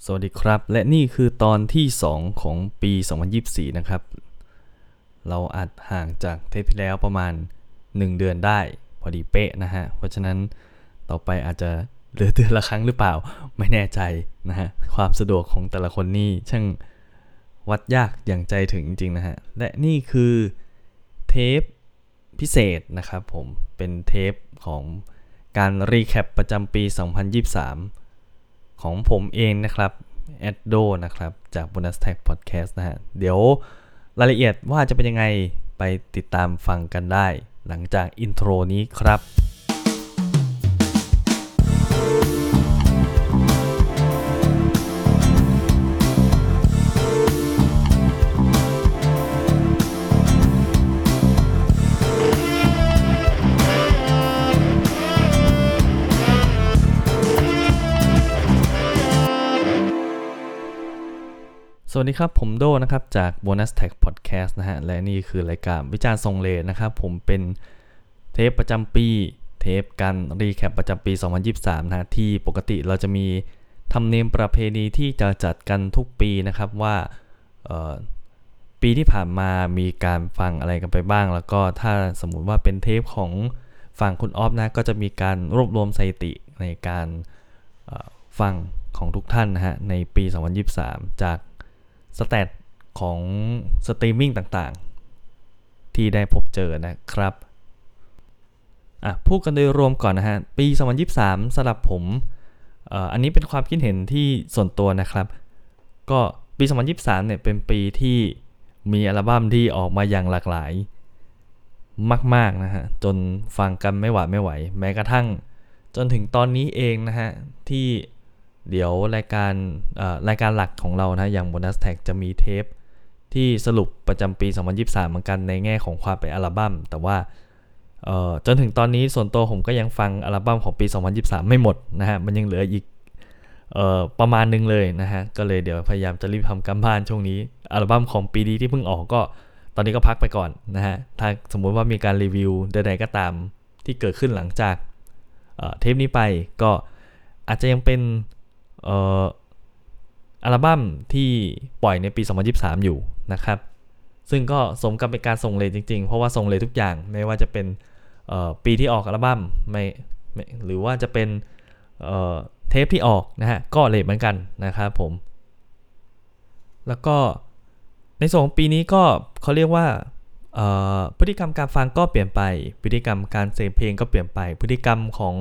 สวัสดีครับและนี่คือตอนที่2ของปี2024นะครับเราอัดห่างจากเทปที่แล้วประมาณ1เดือนได้พอดีเป๊ะนะฮะเพราะฉะนั้นต่อไปอาจจะเหลือเดือนละครั้งหรือเปล่าไม่แน่ใจนะฮะความสะดวกของแต่ละคนนี่ช่างวัดยากอย่างใจถึงจริงๆนะฮะและนี่คือเทปพิเศษนะครับผมเป็นเทปของการรีแคปประจำปี2023ของผมเองนะครับแอดโดนะครับจาก Bonus Tag Podcast นะฮะเดี๋ยวรายละเอียดว่าจะเป็นยังไงไปติดตามฟังกันได้หลังจากอินโทรนี้ครับสวัสดีครับผมโดนะครับจาก Bonus Tag Podcast นะฮะและนี่คือรายการวิจารณ์ทรงเลนนะครับผมเป็นเทปประจำปีเทปการรีแคปประจำปี2023นะฮะที่ปกติเราจะมีธรรมเนียมประเพณีที่จะจัดกันทุกปีนะครับว่าปีที่ผ่านมามีการฟังอะไรกันไปบ้างแล้วก็ถ้าสมมุติว่าเป็นเทปของฝั่งคุณออฟนะก็จะมีการรวบรวมสถิติในการฟังของทุกท่านนะฮะในปี2023จากสแตทของสตรีมมิ่งต่างๆที่ได้พบเจอนะครับพูดกันโดยรวมก่อนนะฮะปี2023สำหรับผมอันนี้เป็นความคิดเห็นที่ส่วนตัวนะครับก็ปี2023เนี่ยเป็นปีที่มีอัลบั้มที่ออกมาอย่างหลากหลายมากๆนะฮะจนฟังกันไม่หวาดไม่ไหวแม้กระทั่งจนถึงตอนนี้เองนะฮะที่เดี๋ยวรายการหลักของเรานะอย่าง Bonus Tag จะมีเทปที่สรุปประจำปี2023เหมือนกันในแง่ของความเป็นอัลบั้มแต่ว่าจนถึงตอนนี้ส่วนตัวผมก็ยังฟังอัลบั้มของปี2023ไม่หมดนะฮะมันยังเหลืออีกประมาณนึงเลยนะฮะก็เลยเดี๋ยวพยายามจะรีบทำการบ้านช่วงนี้อัลบั้มของปีนี้ที่เพิ่งออกก็ตอนนี้ก็พักไปก่อนนะฮะถ้าสมมุติว่ามีการรีวิวใดๆก็ตามที่เกิดขึ้นหลังจากเทปนี้ไปก็อาจจะยังเป็นอัลบั้มที่ปล่อยในปี2023อยู่นะครับซึ่งก็สมกับเป็นการส่งเลทจริงๆเพราะว่าส่งเลททุกอย่างไม่ว่าจะเป็นปีที่ออกอัลบั้มไม่หรือว่าจะเป็นเทปที่ออกนะฮะก็เลทเหมือนกันนะครับผมแล้วก็ในส่วนของปีนี้ก็เขาเรียกว่าพฤติกรรมการฟังก็เปลี่ยนไปพฤติกรรมการเสพเพลงก็เปลี่ยนไปพฤติกรรมของ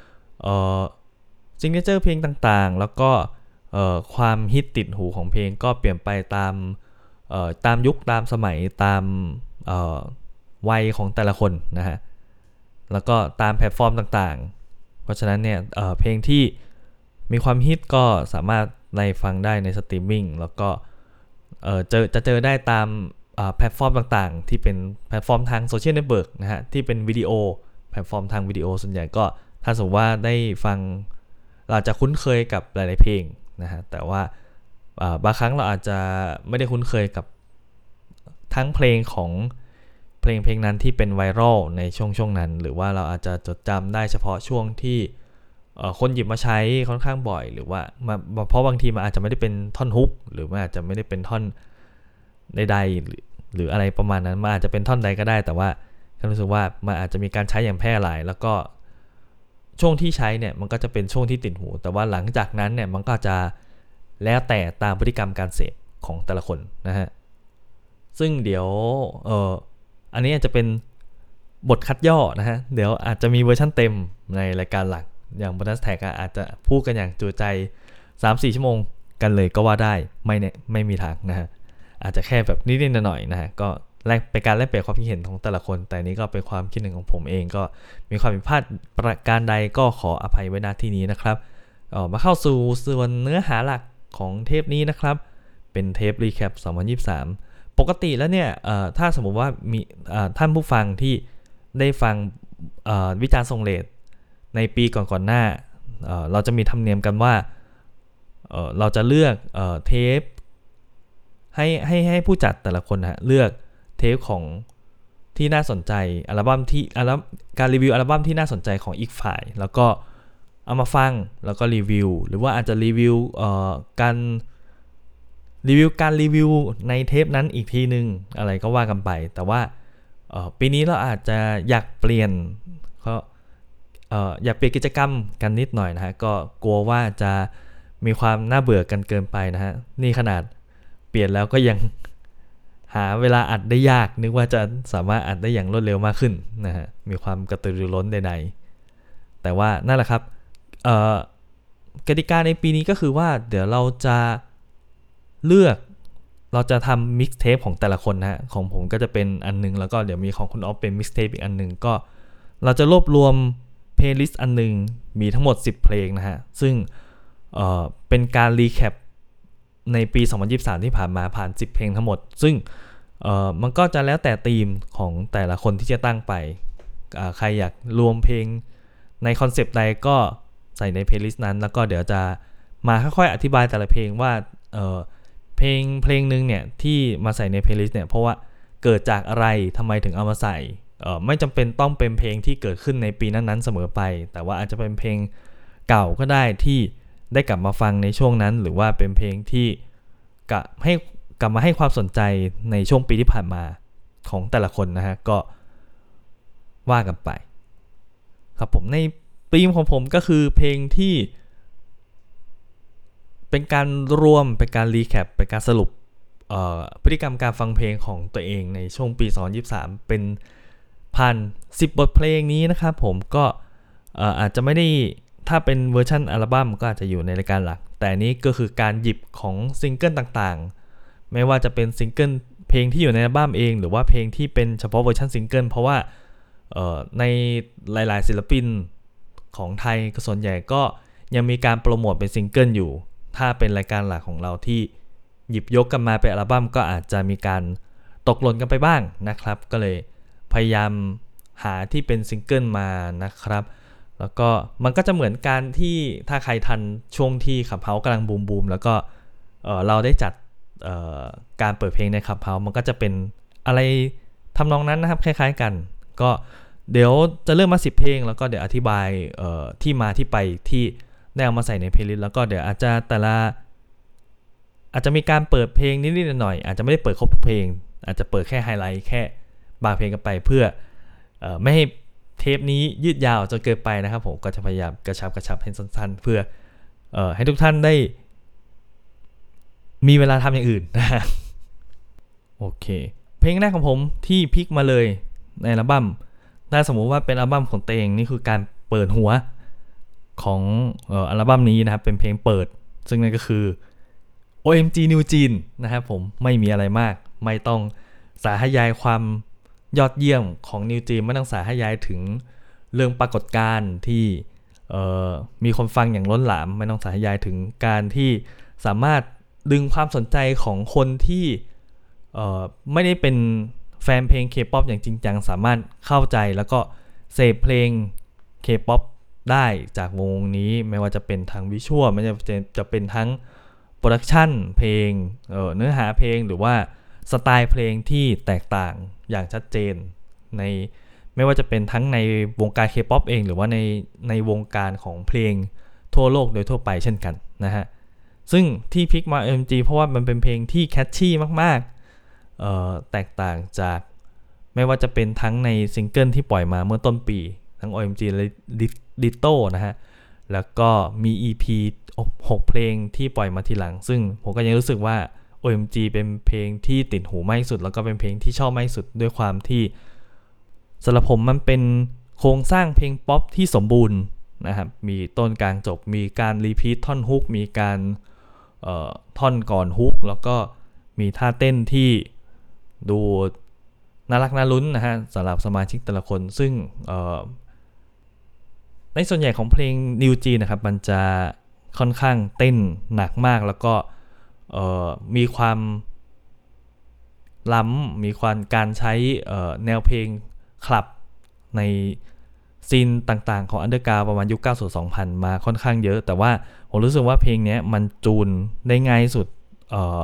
ซิงเกิลเพลงต่างๆแล้วก็ความฮิตติดหูของเพลงก็เปลี่ยนไปตามยุคตามสมัยตามวัยของแต่ละคนนะฮะแล้วก็ตามแพลตฟอร์มต่างๆเพราะฉะนั้นเนี่ยเพลงที่มีความฮิตก็สามารถไล่ฟังได้ในสตรีมมิ่งแล้วก็จะเจอได้ตามแพลตฟอร์มต่างๆที่เป็นแพลตฟอร์มทางโซเชียลเน็ตเวิร์กนะฮะที่เป็นวิดีโอแพลตฟอร์มทางวิดีโอส่วนใหญ่ก็ถ้าสมมติว่าได้ฟังเราจะคุ้นเคยกับหลายๆเพลงนะฮะแต่ว่าบางครั้งเราอาจจะไม่ได้คุ้นเคยกับทั้งเพลงของเพลงนั้นที่เป็นไวรัลในช่วงนั้นหรือว่าเราอาจจะจดจำได้เฉพาะช่วงที่คนหยิบมาใช้ค่อนข้างบ่อยหรือว่าเพราะบางทีมันอาจจะไม่ได้เป็นท่อนฮุกหรือมันอาจจะไม่ได้เป็นท่อนใดๆหรืออะไรประมาณนั้นมันอาจจะเป็นท่อนใดก็ได้แต่ว่าฉันรู้สึกว่ามันอาจจะมีการใช้อย่างแพร่หลายแล้วก็ช่วงที่ใช้เนี่ยมันก็จะเป็นช่วงที่ติดหูแต่ว่าหลังจากนั้นเนี่ยมันก็จะแล้วแต่ตามพฤติกรรมการเสพของแต่ละคนนะฮะซึ่งเดี๋ยวอันนี้อาจจะเป็นบทคัดย่อนะฮะเดี๋ยวอาจจะมีเวอร์ชันเต็มในรายการหลักอย่าง Bonus Tag อาจจะพูดกันอย่างจุใจ 3-4 ชั่วโมงกันเลยก็ว่าได้ไม่มีทางนะฮะอาจจะแค่แบบนิดๆหน่อยๆนะฮะก็เป็นการแลกเปลี่ยนความคิดเห็นของแต่ละคนแต่นี้ก็เป็นความคิดเห็นของผมเองก็มีความผิดพลาดประการใดก็ขออภัยไว้ณที่นี้นะครับมาเข้าสู่ส่วนเนื้อหาหลักของเทปนี้นะครับเป็นเทปรีแคป2023ปกติแล้วเนี่ยถ้าสมมุติว่ามีท่านผู้ฟังที่ได้ฟังวิจารณ์ทรงเรทในปีก่อนๆหน้าเราจะมีธรรมเนียมกันว่าเราจะเลือกเทปให้ผู้จัดแต่ละคนนะเลือกเทปของที่น่าสนใจอัลบั้มที่การรีวิวอัลบั้มที่น่าสนใจของอีกฝ่ายแล้วก็เอามาฟังแล้วก็รีวิวหรือว่าอาจจะรีวิวการรีวิวในเทปนั้นอีกทีนึงอะไรก็ว่ากันไปแต่ว่าปีนี้เราอาจจะอยากเปลี่ยนก็อยากเปลี่ยนกิจกรรมกันนิดหน่อยนะฮะก็กลัวว่าจะมีความน่าเบื่อกันเกินไปนะฮะนี่ขนาดเปลี่ยนแล้วก็ยังหาเวลาอัดได้ยากนึกว่าจะสามารถอัดได้อย่างรวดเร็วมากขึ้นนะฮะมีความกระตือรือร้นใดๆแต่ว่านั่นแหละครับกติกาในปีนี้ก็คือว่าเดี๋ยวเราจะเราจะทำมิกซ์เทปของแต่ละคนนะฮะของผมก็จะเป็นอันนึงแล้วก็เดี๋ยวมีของคุณออฟเป็นมิกซ์เทปอีกอันนึงก็เราจะรวบรวมเพลย์ลิสต์อันนึงมีทั้งหมด10เพลงนะฮะซึ่งเป็นการรีแคปในปี2023ที่ผ่านมาผ่าน10เพลงทั้งหมดซึ่งมันก็จะแล้วแต่ธีมของแต่ละคนที่จะตั้งไปใครอยากรวมเพลงในคอนเซปต์ใดก็ใส่ในเพลย์ลิสต์นั้นแล้วก็เดี๋ยวจะมาค่อยๆอธิบายแต่ละเพลงว่าเพลงนึงเนี่ยที่มาใส่ในเพลย์ลิสต์เนี่ยเพราะว่าเกิดจากอะไรทำไมถึงเอามาใส่ไม่จำเป็นต้องเป็นเพลงที่เกิดขึ้นในปีนั้นๆเสมอไปแต่ว่าอาจจะเป็นเพลงเก่าก็ได้ที่ได้กลับมาฟังในช่วงนั้นหรือว่าเป็นเพลงที่กลับมาให้ความสนใจในช่วงปีที่ผ่านมาของแต่ละคนนะฮะก็ว่ากันไปครับผมในธีมของผมก็คือเพลงที่เป็นการรวมเป็นการรีแคปเป็นการสรุปพฤติกรรมการฟังเพลงของตัวเองในช่วงปี2023เป็นผ่าน10บทเพลงนี้นะครับผมก็อาจจะไม่ได้ถ้าเป็นเวอร์ชันอัลบั้มก็อาจจะอยู่ในรายการหลักแต่นี้ก็คือการหยิบของซิงเกิลต่างๆไม่ว่าจะเป็นซิงเกิลเพลงที่อยู่ในอัลบั้มเองหรือว่าเพลงที่เป็นเฉพาะเวอร์ชันซิงเกิลเพราะว่าในหลายๆศิลปินของไทยก็ส่วนใหญ่ก็ยังมีการโปรโมทเป็นซิงเกิลอยู่ถ้าเป็นรายการหลักของเราที่หยิบยกกันมาเป็นอัลบั้มก็อาจจะมีการตกหล่นกันไปบ้างนะครับก็เลยพยายามหาที่เป็นซิงเกิลมานะครับแล้วก็มันก็จะเหมือนการที่ถ้าใครทันช่วงที่ขับเฮากำลังบูมแล้วก็เราได้จัดการเปิดเพลงในขับเฮามันก็จะเป็นอะไรทำนองนั้นนะครับคล้ายๆกันก็เดี๋ยวจะเริ่มมา10เพลงแล้วก็เดี๋ยวอธิบายที่มาที่ไปที่ได้เอามาใส่ในเพลย์ลิสต์แล้วก็เดี๋ยวอาจจะมีการเปิดเพลงนิดๆหน่อยๆอาจจะไม่ได้เปิดครบทุกเพลงอาจจะเปิดแค่ไฮไลท์แค่บางเพลงกันไปเพื่อไม่ให้เทปนี้ยืดยาวจนเกินไปนะครับผมก็จะพยายามกระชับให้สั้นๆเพื่อให้ทุกท่านได้มีเวลาทำอย่างอื่นนะโอเคเพลงแรกของผมที่พิกมาเลยในอัลบั้มถ้าสมมุติว่าเป็นอัลบั้มของตัวเองนี่คือการเปิดหัวของอัลบั้มนี้นะครับเป็นเพลงเปิดซึ่งนั่นก็คือ OMG New Jeans นะครับผมไม่มีอะไรมากไม่ต้องสาธยายความยอดเยี่ยมของ New Jeans ไม่ต้องสาธยายถึงเรื่องปรากฏการณ์ที่มีคนฟังอย่างล้นหลามไม่ต้องสาธยายถึงการที่สามารถดึงความสนใจของคนที่ไม่ได้เป็นแฟนเพลง K-POP อย่างจริงจังสามารถเข้าใจแล้วก็เสพเพลง K-POP ได้จากวงนี้ไม่ว่าจะเป็นทางวิชวลไม่ว่าจะเป็นทั้งโปรดักชันเพลงเนื้อหาเพลงหรือว่าสไตล์เพลงที่แตกต่างอย่างชัดเจนในไม่ว่าจะเป็นทั้งในวงการ K-POP เองหรือว่าในวงการของเพลงทั่วโลกโดยทั่วไปเช่นกันนะฮะซึ่งที่พิกมา OMG เพราะว่ามันเป็นเพลงที่แคชชี่มากๆแตกต่างจากไม่ว่าจะเป็นทั้งในซิงเกิลที่ปล่อยมาเมื่อต้นปีทั้ง OMG และ Ditto นะฮะแล้วก็มี EP 6เพลงที่ปล่อยมาทีหลังซึ่งผมก็ยังรู้สึกว่า OMG เป็นเพลงที่ติดหูมากที่สุดแล้วก็เป็นเพลงที่ชอบมากที่สุดด้วยความที่สำหรับผมมันเป็นโครงสร้างเพลงป๊อปที่สมบูรณ์นะครับมีต้นกลางจบมีการรีพีทท่อนฮุกมีการท่อนก่อนฮุกแล้วก็มีท่าเต้นที่ดูน่ารักน่าลุ้นนะฮะสำหรับสมาชิกแต่ละคนซึ่งในส่วนใหญ่ของเพลง New Jeans นะครับมันจะค่อนข้างเต้นหนักมากแล้วก็มีความล้ำมีความการใช้แนวเพลงคลับในซีนต่างๆของอันเดอร์กราวด์ประมาณยุค 90-2000 มาค่อนข้างเยอะแต่ว่าผมรู้สึกว่าเพลงนี้มันจูนได้ง่ายสุด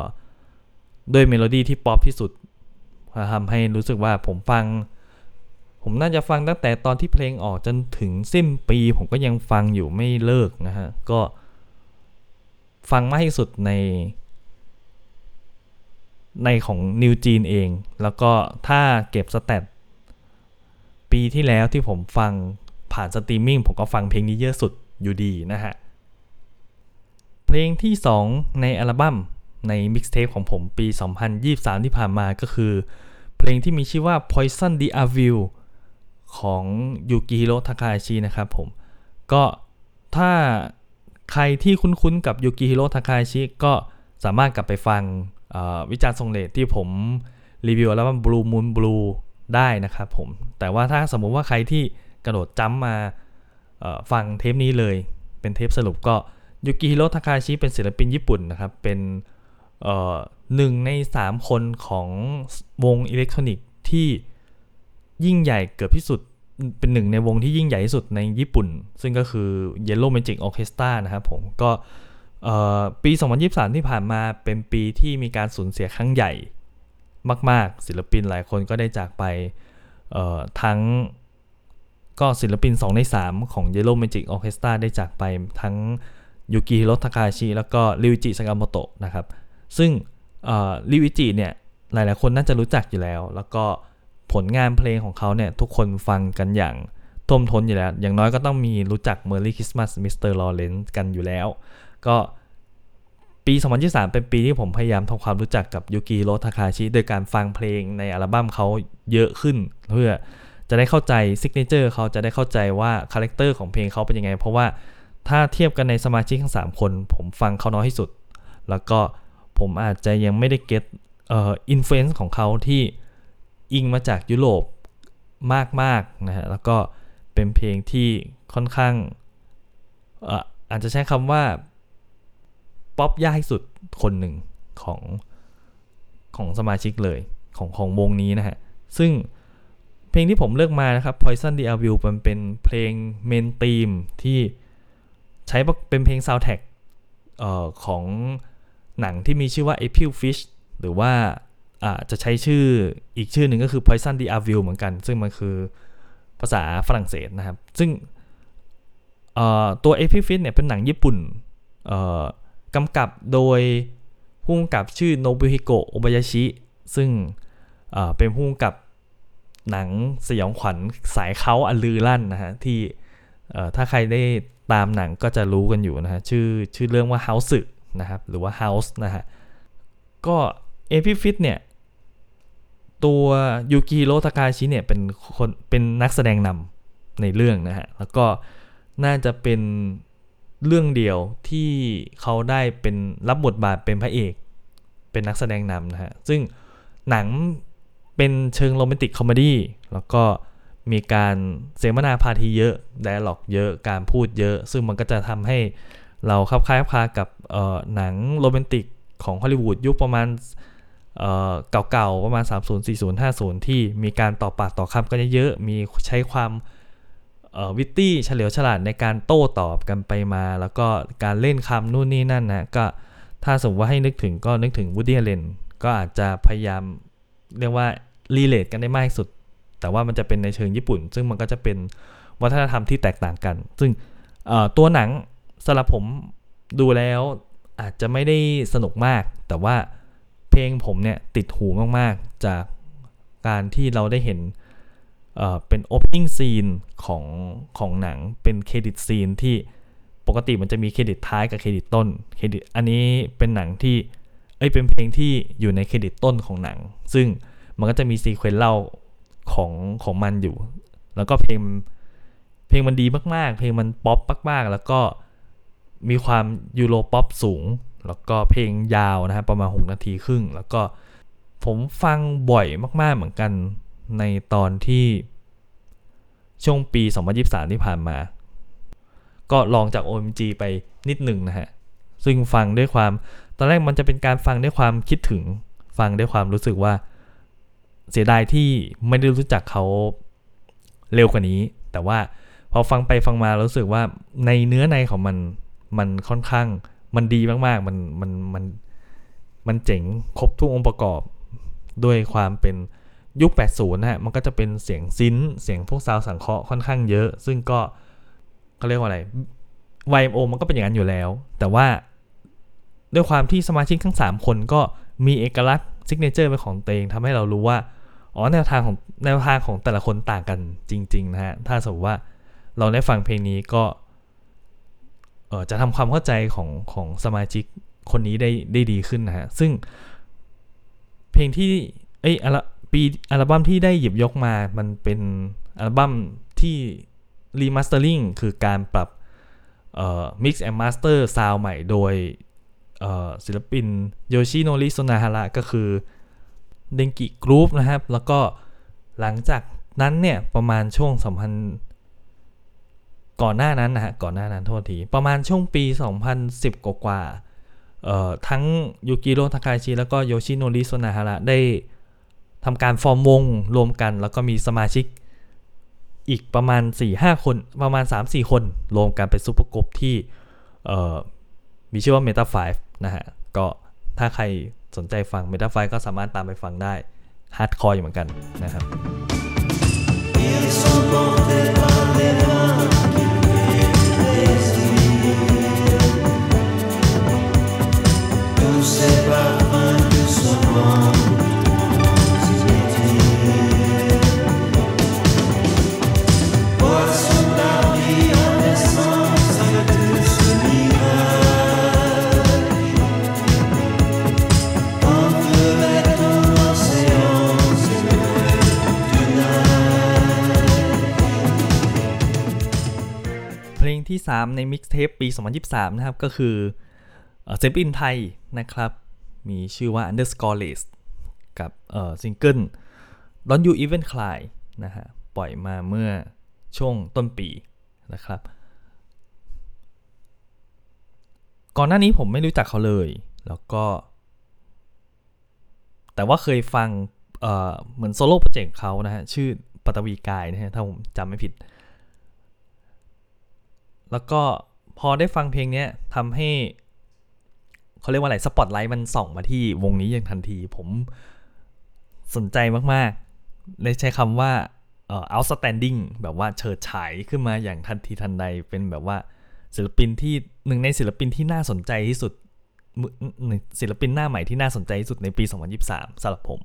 ด้วยเมโลดี้ที่ป๊อปที่สุดทำให้รู้สึกว่าผมฟังผมน่าจะฟังตั้งแต่ตอนที่เพลงออกจนถึงสิ้นปีผมก็ยังฟังอยู่ไม่เลิกนะฮะก็ฟังมากที่สุดในของนิวจีนเองแล้วก็ถ้าเก็บสแตทปีที่แล้วที่ผมฟังผ่านสตรีมมิ่งผมก็ฟังเพลงนี้เยอะสุดอยู่ดีนะฮะเพลงที่2ในอัลบั้มในมิกซ์เทปของผมปี2023ที่ผ่านมาก็คือเพลงที่มีชื่อว่า Poison the Arvil ของยูกิฮิโร่ทาคาฮาชินะครับผมก็ถ้าใครที่คุ้นๆกับยูกิฮิโร่ทาคาฮาชิก็สามารถกลับไปฟังวิจารณ์ทรงเรทที่ผมรีวิวแล้วว่า Blue Moon Blue ได้นะครับผมแต่ว่าถ้าสมมุติว่าใครที่กระโดดจัมป์มาฟังเทปนี้เลยเป็นเทปสรุปก็ยูกิฮิโร่ทาคาฮาชิเป็นศิลปินญี่ปุ่นนะครับเป็น1 ใน 3 คนของวงอิเล็กทรอนิกส์ที่ยิ่งใหญ่เกือบที่สุดเป็นหนึ่งในวงที่ยิ่งใหญ่ที่สุดในญี่ปุ่นซึ่งก็คือ Yellow Magic Orchestra นะครับผมก็ปี2023ที่ผ่านมาเป็นปีที่มีการสูญเสียครั้งใหญ่มากๆศิลปินหลายคนก็ได้จากไปทั้งก็ศิลปิน2 ใน 3 ของ Yellow Magic Orchestra ได้จากไปทั้งยูกิฮิโร่ทาคาฮาชิแล้วก็ริวจิซากาโมโตะนะครับซึ่งริวจิเนี่ยหลายๆคนน่าจะรู้จักอยู่แล้วแล้วก็ผลงานเพลงของเขาเนี่ยทุกคนฟังกันอย่างท่วมท้นอยู่แล้วอย่างน้อยก็ต้องมีรู้จัก Merry Christmas Mr. Lawrence กันอยู่แล้วก็ปี2023เป็นปีที่ผมพยายามทำความรู้จักกับยูกิฮิโร่ทาคาฮาชิโดยการฟังเพลงในอัลบั้มเขาเยอะขึ้นเพื่อจะได้เข้าใจซิกเนเจอร์เขาจะได้เข้าใจว่าคาแรคเตอร์ของเพลงเขาเป็นยังไงเพราะว่าถ้าเทียบกันในสมาชิกทั้ง3คนผมฟังเขาน้อยที่สุดแล้วก็ผมอาจจะยังไม่ได้เก็ตอินฟลูเอนซ์ของเขาที่อิงมาจากยุโรปมากๆนะฮะแล้วก็เป็นเพลงที่ค่อนข้างอาจจะใช้คำว่าป๊อปยากที่สุดคนหนึ่งของสมาชิกเลยของวงนี้นะฮะซึ่งเพลงที่ผมเลือกมานะครับ Poison the Arvil มันเป็นเพลงเมนธีมที่ใช้เป็นเพลงซาวด์แทร็กของหนังที่มีชื่อว่า April Fish หรือว่าจะใช้ชื่ออีกชื่อหนึ่งก็คือ Poison the Arvil เหมือนกันซึ่งมันคือภาษาฝรั่งเศสนะครับซึ่งตัว April Fish เนี่ยเป็นหนังญี่ปุ่นกำกับโดยผู้กำกับชื่อโนบุฮิโกะโอบายาชิซึ่งเป็นผู้กำกับหนังสยองขวัญสายเค้าอันลือลั่นนะฮะที่ถ้าใครได้ตามหนังก็จะรู้กันอยู่นะฮะชื่อเรื่องว่า House นะครับหรือว่า House นะฮะก็เอพิฟิตเนี่ยตัวยูกิฮิโร่ทาคาฮาชิเนี่ยเป็นนักแสดงนำในเรื่องนะฮะแล้วก็น่าจะเป็นเรื่องเดียวที่เขาได้เป็นรับบทบาทเป็นพระเอกเป็นนักแสดงนำนะฮะซึ่งหนังเป็นเชิงโรแมนติกคอมเมดี้แล้วก็มีการเสวนาพาทีเยอะไดอะล็อกเยอะการพูดเยอะซึ่งมันก็จะทำให้เราคล้ายๆกับหนังโรแมนติกของฮอลลีวูดยุคประมาณเก่าๆประมาณ30 40 50ที่มีการต่อปากต่อคำกันเยอะมีใช้ความวิตตี้เฉลียวฉลาดในการโต้ตอบกันไปมาแล้วก็การเล่นคำนู่นนี่นั่นนะก็ถ้าสมมติว่าให้นึกถึงก็นึกถึงวูดดี้ แอลเลนก็อาจจะพยายามเรียกว่ารีเลทกันได้มากที่สุดแต่ว่ามันจะเป็นในเชิงญี่ปุ่นซึ่งมันก็จะเป็นวัฒนธรรมที่แตกต่างกันซึ่งตัวหนังสำหรับผมดูแล้วอาจจะไม่ได้สนุกมากแต่ว่าเพลงผมเนี่ยติดหูมากๆจากการที่เราได้เห็นเป็น opening scene ของหนังเป็นเครดิตซีนที่ปกติมันจะมีเครดิตท้ายกับเครดิตต้นเครดิตอันนี้เป็นหนังที่เป็นเพลงที่อยู่ในเครดิตต้นของหนังซึ่งมันก็จะมีซีเควนซ์เล่าของมันอยู่แล้วก็เพลงมันดีมากๆเพลงมันป๊อปมากๆแล้วก็มีความยูโรป๊อปสูงแล้วก็เพลงยาวนะฮะประมาณ6 นาทีครึ่งแล้วก็ผมฟังบ่อยมากๆเหมือนกันในตอนที่ช่วงปี2023ที่ผ่านมาก็ลองจาก OMG ไปนิดหนึ่งนะฮะซึ่งฟังด้วยความตอนแรกมันจะเป็นการฟังด้วยความคิดถึงฟังด้วยความรู้สึกว่าเสียดายที่ไม่ได้รู้จักเขาเร็วกว่านี้แต่ว่าพอฟังไปฟังมารู้สึกว่าในเนื้อในของมันค่อนข้างมันดีมากๆมันเจ๋งครบทุกองค์ประกอบด้วยความเป็นยุค80นะฮะมันก็จะเป็นเสียงซินท์เสียงพวกซาวด์สังเคราะห์ค่อนข้างเยอะซึ่งก็เขาเรียกว่าอะไร YMO มันก็เป็นอย่างนั้นอยู่แล้วแต่ว่าด้วยความที่สมาชิกทั้ง3คนก็มีเอกลักษณ์ซิกเนเจอร์เป็นของตัวเองทำให้เรารู้ว่าแนวทางของแต่ละคนต่างกันจริงๆนะฮะถ้าสมมติว่าเราได้ฟังเพลงนี้ก็จะทำความเข้าใจของสมาชิกคนนี้ได้ดีขึ้นนะฮะซึ่งเพลงที่อัลบั้มที่ได้หยิบยกมามันเป็นอัลบั้มที่รีมาสเตอริงคือการปรับmix and master sound ใหม่โดยศิลปินโยชิโนริโซนาฮาระก็คือเดงกิกรุ๊ปนะครับแล้วก็หลังจากนั้นเนี่ยประมาณช่วงก่อนหน้านั้นโทษทีประมาณช่วงปี2010กว่าทั้งยูกิโร่ทาคาชิแล้วก็โยชิโนริโซนาฮาระได้ทำการฟอร์มวงรวมกันแล้วก็มีสมาชิกอีกประมาณ 4-5 คนประมาณ 3-4 คนรวมกันเป็นซุปเปอร์กรุ๊ปที่มีชื่อว่า Meta 5นะฮะก็ถ้าใครสนใจฟัง Meta 5ก็สามารถตามไปฟังได้ฮาร์ดคอร์อยู่เหมือนกันนะครับที่3ในมิกซ์เทปปี2023นะครับก็คือศิลปินไทยนะครับมีชื่อว่า Underscoreless กับซิงเกิล Don't You Even Cry นะฮะปล่อยมาเมื่อช่วงต้นปีนะครับก่อนหน้านี้ผมไม่รู้จักเขาเลยแล้วก็แต่ว่าเคยฟังเหมือนโซโล่โปรเจกต์เขานะฮะชื่อปัตวีกายนะฮะถ้าผมจำไม่ผิดแล้วก็พอได้ฟังเพลงนี้ทำให้เขาเรียกว่าอะไรสปอตไลท์มันส่องมาที่วงนี้อย่างทันทีผมสนใจมากๆเลยใช้คำว่าoutstanding แบบว่าเฉิดฉายขึ้นมาอย่างทันทีทันใดเป็นแบบว่าศิลปินที่หนึ่งในศิลปินที่น่าสนใจที่สุดศิลปินหน้าใหม่ที่น่าสนใจที่สุดในปี2023สำหรับผม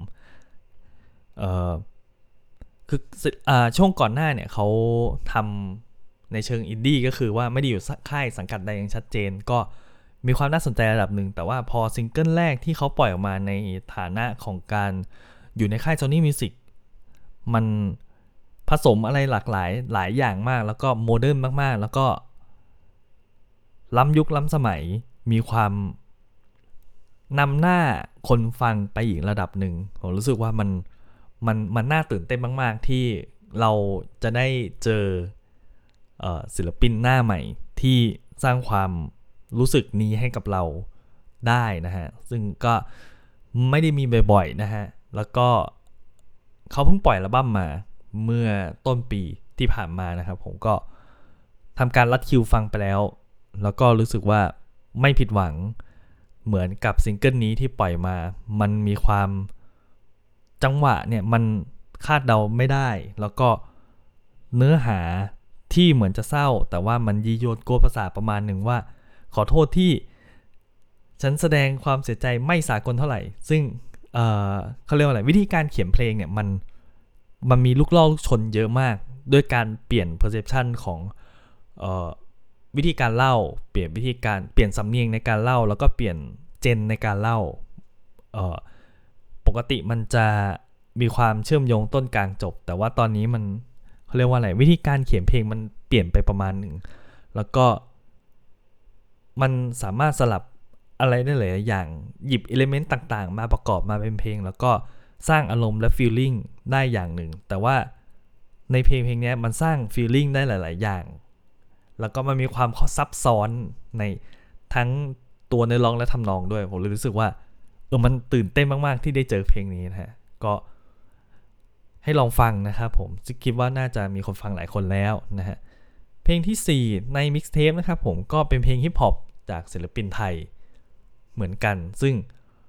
คือช่วงก่อนหน้าเนี่ยเขาทำในเชิงอินดี้ก็คือว่าไม่ได้อยู่ค่ายสังกัดใดอย่างชัดเจนก็มีความน่าสนใจระดับหนึ่งแต่ว่าพอซิงเกิลแรกที่เขาปล่อยออกมาในฐานะของการอยู่ในค่าย Sony Music มันผสมอะไรหลากหลายอย่างมากแล้วก็โมเดิร์นมากๆแล้วก็ล้ำยุคล้ำสมัยมีความนำหน้าคนฟังไปอีกระดับหนึ่งผมรู้สึกว่ามันน่าตื่นเต้นมากๆที่เราจะได้เจอศิลปินหน้าใหม่ที่สร้างความรู้สึกนี้ให้กับเราได้นะฮะซึ่งก็ไม่ได้มีบ่อยๆนะฮะแล้วก็เขาเพิ่งปล่อยอัลบั้มมาเมื่อต้นปีที่ผ่านมานะครับผมก็ทำการรัดคิวฟังไปแล้วก็รู้สึกว่าไม่ผิดหวังเหมือนกับซิงเกิลนี้ที่ปล่อยมามันมีความจังหวะเนี่ยมันคาดเดาไม่ได้แล้วก็เนื้อหาที่เหมือนจะเศร้าแต่ว่ามันยีโยนโกภาษาประมาณหนึ่งว่าขอโทษที่ฉันแสดงความเสียใจไม่สากลเท่าไหร่ซึ่งเขาเรียกว่าอะไรวิธีการเขียนเพลงเนี่ยมันมีลูกล่อลูกชนเยอะมากด้วยการเปลี่ยน perception ของวิธีการเล่าเปลี่ยนวิธีการเปลี่ยนสำเนียงในการเล่าแล้วก็เปลี่ยนเจนในการเล่าปกติมันจะมีความเชื่อมโยงต้นกลางจบแต่ว่าตอนนี้มันเขาเรียกว่าอะไรวิธีการเขียนเพลงมันเปลี่ยนไปประมาณหนึ่งแล้วก็มันสามารถสลับอะไรได้หลายอย่างหยิบอิเลเมนต์ต่างๆมาประกอบมาเป็นเพลงแล้วก็สร้างอารมณ์และฟีลลิ่งได้อย่างหนึ่งแต่ว่าในเพลงนี้มันสร้างฟีลลิ่งได้หลายๆอย่างแล้วก็มันมีความซับซ้อนในทั้งตัวเนื้อร้องและทำนองด้วยผมเลยรู้สึกว่ามันตื่นเต้นมากๆที่ได้เจอเพลงนี้นะฮะก็ให้ลองฟังนะครับผมคิดว่าน่าจะมีคนฟังหลายคนแล้วนะฮะเพลงที่4ในมิกซ์เทปนะครับผมก็เป็นเพลงฮิปฮอปจากศิลปินไทยเหมือนกันซึ่ง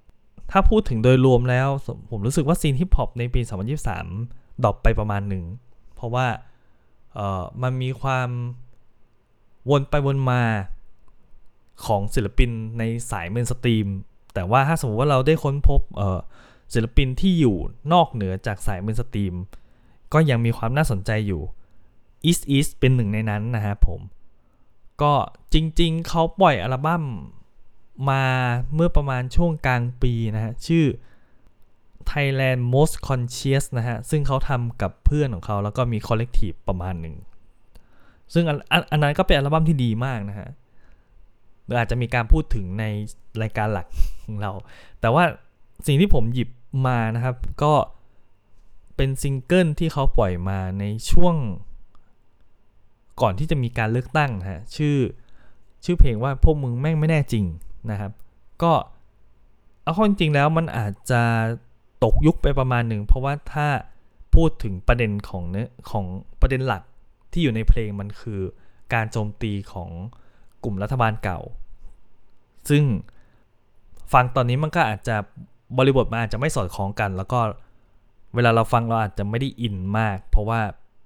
ถ้าพูดถึงโดยรวมแล้วผมรู้สึกว่าซีนฮิปฮอปในปี2023ดรอปไปประมาณหนึ่งเพราะว่ามันมีความวนไปวนมาของศิลปินในสายเมนสตรีมแต่ว่าถ้าสมมติว่าเราได้ค้นพบศิลปินที่อยู่นอกเหนือจากสายเมนสตรีมก็ยังมีความน่าสนใจอยู่ East เป็นหนึ่งในนั้นนะครับผมก็จริงๆเขาปล่อยอัลบั้มมาเมื่อประมาณช่วงกลางปีนะฮะชื่อ Thailand Most Conscious นะฮะซึ่งเขาทำกับเพื่อนของเขาแล้วก็มีคอลเลกทีฟประมาณหนึ่งซึ่งอันนั้นก็เป็นอัลบั้มที่ดีมากนะฮะหรืออาจจะมีการพูดถึงในรายการหลักของเราแต่ว่าสิ่งที่ผมหยิบมานะครับก็เป็นซิงเกิลที่เขาปล่อยมาในช่วงก่อนที่จะมีการเลือกตั้งฮะชื่อเพลงว่าพวกมึงแม่งไม่แน่จริงนะครับก็เอาข้อจริงแล้วมันอาจจะตกยุคไปประมาณหนึ่งเพราะว่าถ้าพูดถึงประเด็นของประเด็นหลักที่อยู่ในเพลงมันคือการโจมตีของกลุ่มรัฐบาลเก่าซึ่งฟังตอนนี้มันก็อาจจะบริบทมันอาจจะไม่สอดคล้องกันแล้วก็เวลาเราฟังเราอาจจะไม่ได้อินมากเพราะว่า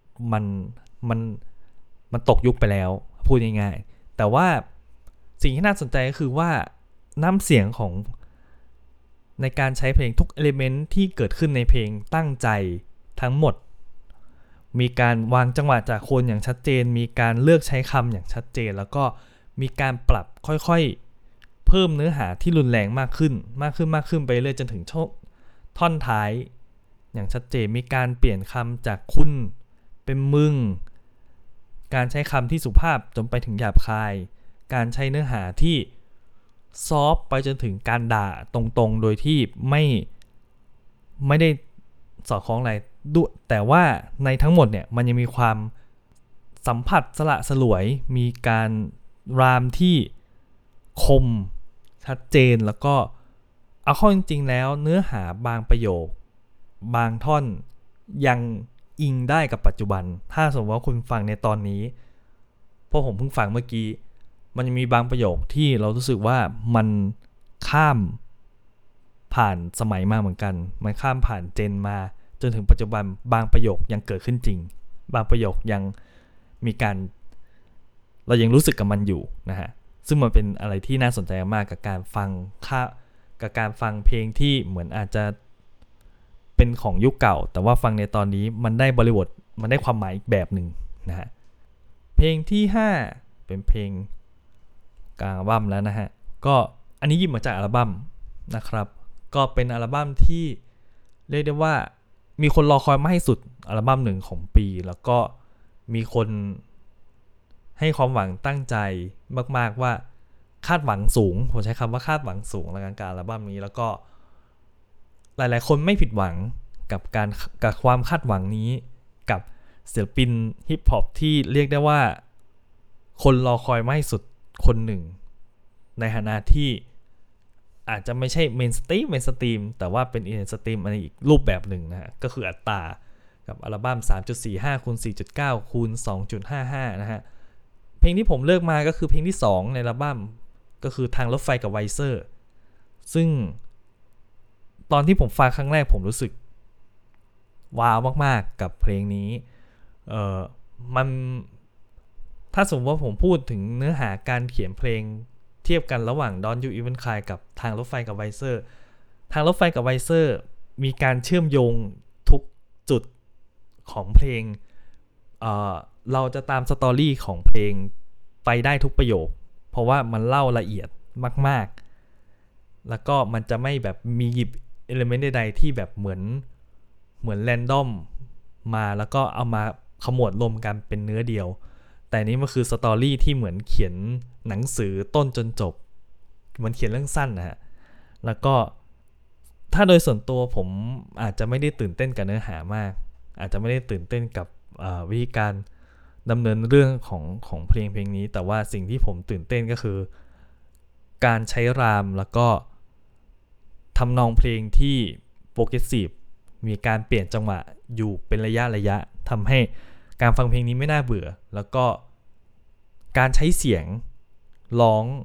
มันตกยุคไปแล้วพูดง่ายๆแต่ว่าสิ่งที่น่าสนใจก็คือว่าน้ำเสียงของในการใช้เพลงทุกเอลิเมนต์ที่เกิดขึ้นในเพลงตั้งใจทั้งหมดมีการวางจังหวะจากโคนอย่างชัดเจนมีการเลือกใช้คำอย่างชัดเจนแล้วก็มีการปรับค่อยๆเพิ่มเนื้อหาที่รุนแรงมากขึ้นไปเรื่อยจนถึงท่อนท้ายอย่างชัดเจนมีการเปลี่ยนคำจากคุณเป็นมึงการใช้คำที่สุภาพจนไปถึงหยาบคายการใช้เนื้อหาที่ซอฟไปจนถึงการด่าตรงๆโดยที่ไม่ได้สอดคล้องอะไรด้วยแต่ว่าในทั้งหมดเนี่ยมันยังมีความสัมผัสสละสลวยมีการรามที่คมชัดเจนแล้วก็เอาเข้าจริงๆแล้วเนื้อหาบางประโยคบางท่อนยังอิงได้กับปัจจุบันถ้าสมมติว่าคุณฟังในตอนนี้เพราะผมเพิ่งฟังเมื่อกี้มันมีบางประโยคที่เรารู้สึกว่ามันข้ามผ่านสมัยมาเหมือนกันมันข้ามผ่านเจนมาจนถึงปัจจุบันบางประโยคยังเกิดขึ้นจริงบางประโยคยังมีการเรายังรู้สึกกับมันอยู่นะฮะซึ่งมันเป็นอะไรที่น่าสนใจมากกับการฟังเพลงที่เหมือนอาจจะเป็นของยุคเก่าแต่ว่าฟังในตอนนี้มันได้บริบทมันได้ความหมายอีกแบบหนึ่งนะฮะเพลงที่5เป็นเพลงกลางอัลบั้มแล้วนะฮะก็อันนี้หยิบมาจากอัลบั้มนะครับก็เป็นอัลบั้มที่เรียกได้ว่ามีคนรอคอยมาให้สุดอัลบั้มหนึ่งของปีแล้วก็มีคนให้ความหวังตั้งใจมากๆว่าคาดหวังสูงผมใช้คำว่าคาดหวังสูงในการอัลบั้มนี้แล้วก็หลายๆคนไม่ผิดหวังกับความคาดหวังนี้กับศิลปินฮิปฮอปที่เรียกได้ว่าคนรอคอยมาให้สุดคนหนึ่งในฐานะที่อาจจะไม่ใช่เมนสตรีมแต่ว่าเป็นอินสตรีมอะไรอีกรูปแบบหนึ่งนะฮะก็คืออัตรากับอัลบั้ม 3.45 คูณ 4.9 คูณ 2.55 นะฮะเพลงที่ผมเลือกมาก็คือเพลงที่2ในอัลบั้มก็คือทางรถไฟกับไวเซอร์ซึ่งตอนที่ผมฟังครั้งแรกผมรู้สึกว้าวมากๆกับเพลงนี้มันถ้าสมมติว่าผมพูดถึงเนื้อหาการเขียนเพลงเทียบกันระหว่าง Don't You Even Cry กับทางรถไฟกับไวเซอร์ทางรถไฟกับไวเซอร์มีการเชื่อมโยงทุกจุดของเพลงเราจะตามสตอรี่ของเพลงไปได้ทุกประโยคเพราะว่ามันเล่าละเอียดมากๆแล้วก็มันจะไม่แบบมีหยิบเอลิเมนต์ใดๆที่แบบเหมือนแรนดอมมาแล้วก็เอามาขมวดรวมกันเป็นเนื้อเดียวแต่นี้มันคือสตอรี่ที่เหมือนเขียนหนังสือต้นจนจบมันเขียนเรื่องสั้นนะฮะแล้วก็ถ้าโดยส่วนตัวผมอาจจะไม่ได้ตื่นเต้นกับเนื้อหามากอาจจะไม่ได้ตื่นเต้นกับวิธีการดำเนินเรื่องของเพลงนี้แต่ว่าสิ่งที่ผมตื่นเต้นก็คือการใช้รามแล้วก็ทำนองเพลงที่โปรเกรสซีฟมีการเปลี่ยนจังหวะอยู่เป็นระยะทำให้การฟังเพลงนี้ไม่น่าเบื่อแล้วก็การใช้เสียงร้อง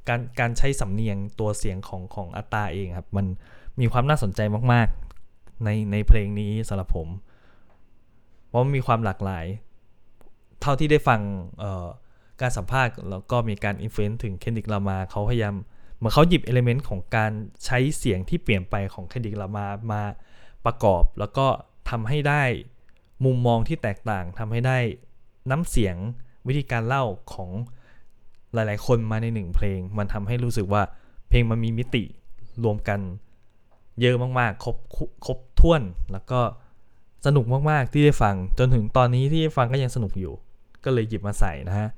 การใช้สำเนียงตัวเสียงของอัตตาเองครับมันมีความน่าสนใจมากๆในเพลงนี้สำหรับผมเพราะมันมีความหลากหลายเท่าที่ได้ฟังการสัมภาษณ์แล้วก็มีการอินฟลูเอนซ์ถึงเคนดิกลามาเขาพยายามเหมือนเขาหยิบเอลิเมนต์ของการใช้เสียงที่เปลี่ยนไปของเคนดิกลามาประกอบแล้วก็ทำให้ได้มุมมองที่แตกต่างทำให้ได้น้ำเสียงวิธีการเล่าของหลายๆคนมาในหนึ่งเพลงมันทำให้รู้สึกว่าเพลงมันมีมิติรวมกันเยอะมากๆครบถ้วนแล้วก็สนุกมากๆที่ได้ฟังจนถึงตอนนี้ที่ได้ฟังก็ยังสนุกอยู่ก็เลยหยิบมาใส่นะฮะ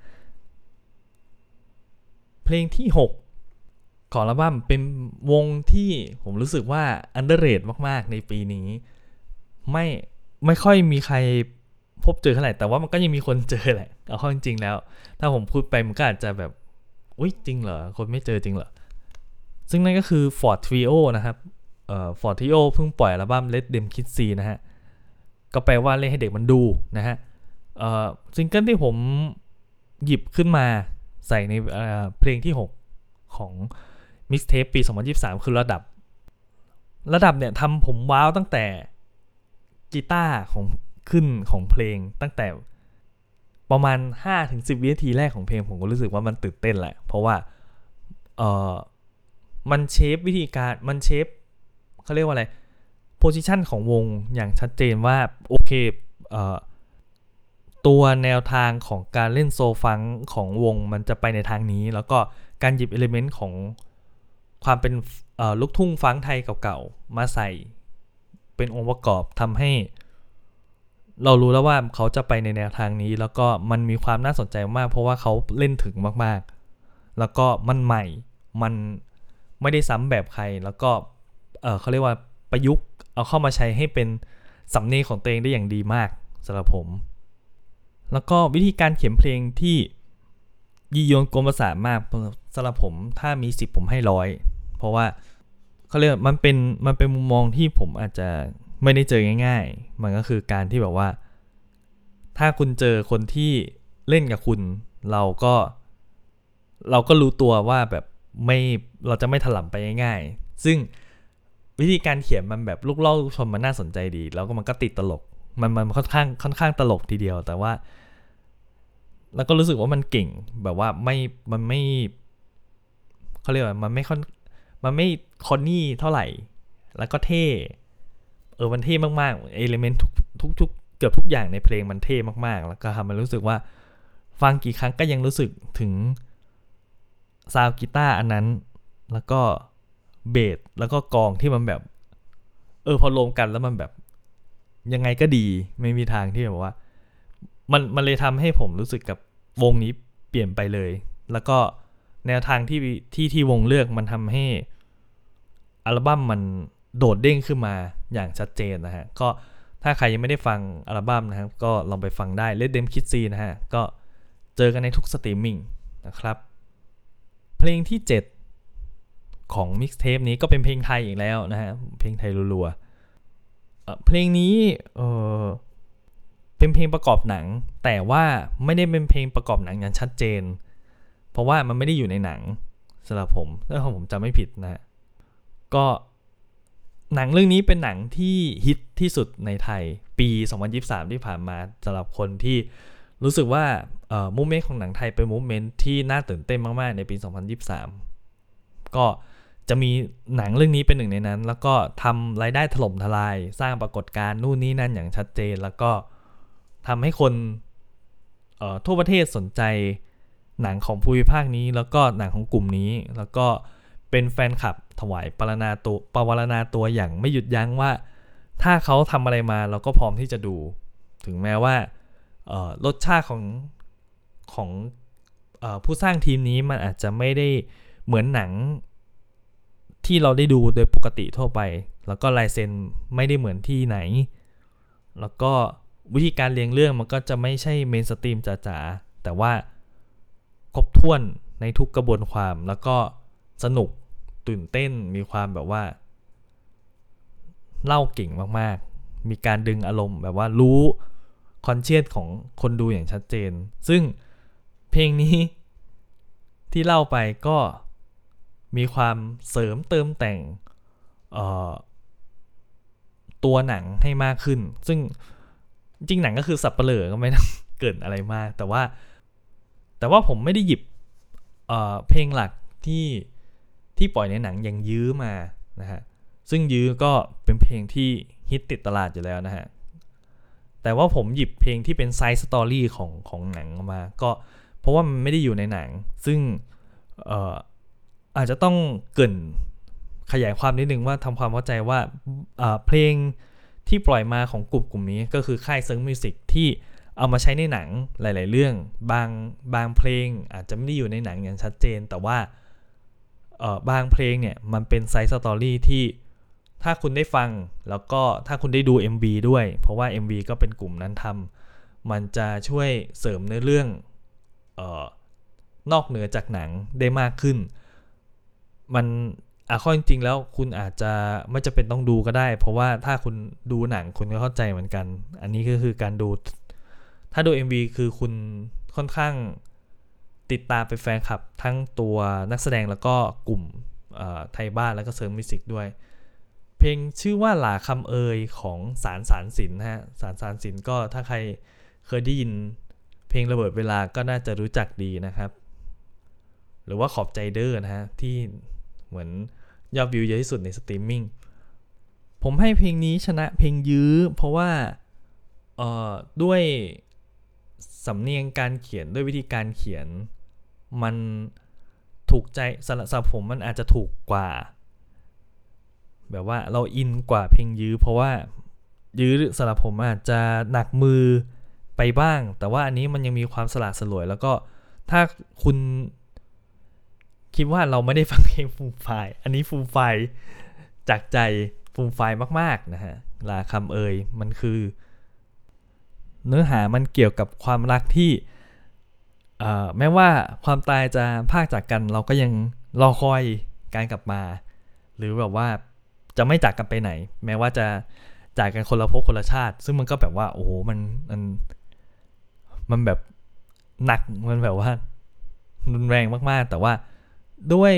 เพลงที่6ของอัลบั้มเป็นวงที่ผมรู้สึกว่า underrated มากๆในปีนี้ไม่ค่อยมีใครพบเจอเท่าไหร่แต่ว่ามันก็ยังมีคนเจอแหละเอาเข้าจริงๆแล้วถ้าผมพูดไปมันก็อาจจะแบบอุ๊ยจริงเหรอคนไม่เจอจริงเหรอซึ่งนั่นก็คือ Ford Trio นะครับFord Trio เพิ่งปล่อยอัลบั้ม Let Them Kids See นะฮะก็แปลว่าเล่นให้เด็กมันดูนะฮะซิงเกิลที่ผมหยิบขึ้นมาใส่ในเพลงที่6ของ Mixtape ปี 2023 คือระดับเนี่ยทำผมว้าวตั้งแต่กีตาร์ขึ้นของเพลงตั้งแต่ประมาณ 5-10 วินาทีแรกของเพลงผมก็รู้สึกว่ามันตื่นเต้นแหละเพราะว่ามันเชฟวิธีการมันเชฟเขาเรียกว่าอะไรโพสิชันของวงอย่างชัดเจนว่าโอเคตัวแนวทางของการเล่นโซฟังของวงมันจะไปในทางนี้แล้วก็การหยิบเอลิเมนต์ของความเป็นลูกทุ่งฟังไทยเก่าๆมาใส่เป็นองค์ประกอบทำให้เรารู้แล้วว่าเขาจะไปในแนวทางนี้แล้วก็มันมีความน่าสนใจมากเพราะว่าเขาเล่นถึงมากๆแล้วก็มันใหม่มันไม่ได้ซ้ำแบบใครแล้วก็เขาเรียกว่าประยุกต์เอาเข้ามาใช้ให้เป็นสำเนียงของตัวเองได้อย่างดีมากสำหรับผมแล้วก็วิธีการเขียนเพลงที่ยีโยนกลมประสาทมากสำหรับผมถ้ามี10ผมให้100เพราะว่าเขาเรียกมันเป็นมุมมองที่ผมอาจจะไม่ได้เจอง่ายๆมันก็คือการที่แบบว่าถ้าคุณเจอคนที่เล่นกับคุณเราก็รู้ตัวว่าแบบไม่เราจะไม่ถลำไปง่ายๆซึ่งวิธีการเขียนมันแบบลูกเล่าชมมันน่าสนใจดีแล้วก็มันก็ติดตลกมันค่อนข้างตลกทีเดียวแต่ว่าแล้วก็รู้สึกว่ามันเก่งแบบว่ามันไม่เขาเรียกว่ามันไม่คอนนี่เท่าไหร่แล้วก็เท่มันเท่มากๆเอลิเมนต์ทุกเกือบทุกอย่างในเพลงมันเท่มากๆแล้วก็ทำมันรู้สึกว่าฟังกี่ครั้งก็ยังรู้สึกถึงซาวด์กีตาร์อันนั้นแล้วก็เบสแล้วก็กลองที่มันแบบพอรวมกันแล้วมันแบบยังไงก็ดีไม่มีทางที่แบบว่ามันเลยทำให้ผมรู้สึกกับวงนี้เปลี่ยนไปเลยแล้วก็แนวทางที่วงเลือกมันทำให้อัลบั้มมันโดดเด้งขึ้นมาอย่างชัดเจนนะฮะก็ถ้าใครยังไม่ได้ฟังอัลบั้มนะครับก็ลองไปฟังได้ Let Them Kids See นะฮะก็เจอกันในทุกสตรีมมิ่งนะครับเพลงที่7ของ Mixtape นี้ก็เป็นเพลงไทยอีกแล้วนะฮะเพลงไทยรัวๆเพลงนี้เป็นเพลงประกอบหนังแต่ว่าไม่ได้เป็นเพลงประกอบหนังอย่างชัดเจนเพราะว่ามันไม่ได้อยู่ในหนังสำหรับผมถ้าผมจำไม่ผิดนะฮะก็หนังเรื่องนี้เป็นหนังที่ฮิตที่สุดในไทยปี2023ที่ผ่านมาสำหรับคนที่รู้สึกว่ามูฟเมนต์ของหนังไทยเป็นมูฟเมนต์ที่น่าตื่นเต้นมากๆในปี2023ก็จะมีหนังเรื่องนี้เป็นหนึ่งในนั้นแล้วก็ทำรายได้ถล่มทลายสร้างปรากฏการณ์นู่นนี่นั่นอย่างชัดเจนแล้วก็ทำให้คนทั่วประเทศสนใจหนังของภูมิภาคนี้แล้วก็หนังของกลุ่มนี้แล้วก็เป็นแฟนคลับถวายปวารณาตัวอย่างไม่หยุดยั้งว่าถ้าเขาทำอะไรมาเราก็พร้อมที่จะดูถึงแม้ว่ารสชาติของผู้สร้างทีมนี้มันอาจจะไม่ได้เหมือนหนังที่เราได้ดูโดยปกติทั่วไปแล้วก็ลายเซ็นไม่ได้เหมือนที่ไหนแล้วก็วิธีการเรียงเรื่องมันก็จะไม่ใช่เมนสตรีมจ๋าๆแต่ว่าครบถ้วนในทุกกระบวนความแล้วก็สนุกตื่นเต้นมีความแบบว่าเล่าเก่งมากๆมีการดึงอารมณ์แบบว่ารู้คอนเชียสของคนดูอย่างชัดเจนซึ่งเพลงนี้ที่เล่าไปก็มีความเสริมเติมแต่งตัวหนังให้มากขึ้นซึ่งจริงหนังก็คือสับเปลือก็ไม่ต้องเกิดอะไรมากแต่ว่าผมไม่ได้หยิบเพลงหลักที่ปล่อยในหนังอย่างยื้อมานะฮะซึ่งยื้อก็เป็นเพลงที่ฮิตติดตลาดอยู่แล้วนะฮะแต่ว่าผมหยิบเพลงที่เป็นไซส์สตอรี่ของหนังมาก็เพราะว่ามันไม่ได้อยู่ในหนังซึ่งอาจจะต้องเกริ่นขยายความนิดนึงว่าทำความเข้าใจว่าเพลงที่ปล่อยมาของกลุ่มนี้ก็คือค่ายเซิร์ฟมิวสิกที่เอามาใช้ในหนังหลายๆเรื่องบางเพลงอาจจะไม่ได้อยู่ในหนังอย่างชัดเจนแต่ว่าบางเพลงเนี่ยมันเป็นไซส์สตอรี่ที่ถ้าคุณได้ฟังแล้วก็ถ้าคุณได้ดู MV ด้วยเพราะว่า MV ก็เป็นกลุ่มนั้นทำมันจะช่วยเสริมเนื้อเรื่องนอกเหนือจากหนังได้มากขึ้นมันข้อจริงๆแล้วคุณอาจจะไม่จำเป็นต้องดูก็ได้เพราะว่าถ้าคุณดูหนังคุณก็เข้าใจเหมือนกันอันนี้ก็คือการดูถ้าดู MV คือคุณค่อนข้างติดตามเป็นแฟนคลับทั้งตัวนักแสดงแล้วก็กลุ่มไทยบ้านแล้วก็เซิร์ฟมิวสิกด้วยเพลงชื่อว่าหลาคำเอยของสารสินนะฮะสารสินก็ถ้าใครเคยได้ยินเพลงระเบิดเวลาก็น่าจะรู้จักดีนะครับหรือว่าขอบใจเด้อนะฮะที่เหมือนยอดวิวเยอะที่สุดในสตรีมมิ่งผมให้เพลงนี้ชนะเพลงยื้อเพราะว่าด้วยสำเนียงการเขียนด้วยวิธีการเขียนมันถูกใจสำหรับผมมันอาจจะถูกกว่าแบบว่าเราอินกว่าเพลงยื้อเพราะว่ายื้อสำหรับผมอาจจะหนักมือไปบ้างแต่ว่าอันนี้มันยังมีความสละสลวยแล้วก็ถ้าคุณคิดว่าเราไม่ได้ฟังเพลงฟูลไฟล์อันนี้ฟูลไฟล์จากใจฟูลไฟล์มากๆนะฮะลาคำเอ่ยมันคือเนื้อหามันเกี่ยวกับความรักที่แม้ว่าความตายจะพรากจากกันเราก็ยังรอคอยการกลับมาหรือแบบว่าจะไม่จากกันไปไหนแม้ว่าจะจากกันคนละภพคนละชาติซึ่งมันก็แบบว่าโอ้โหมันแบบหนักมันแบบว่ารุนแรงมากๆแต่ว่าด้วย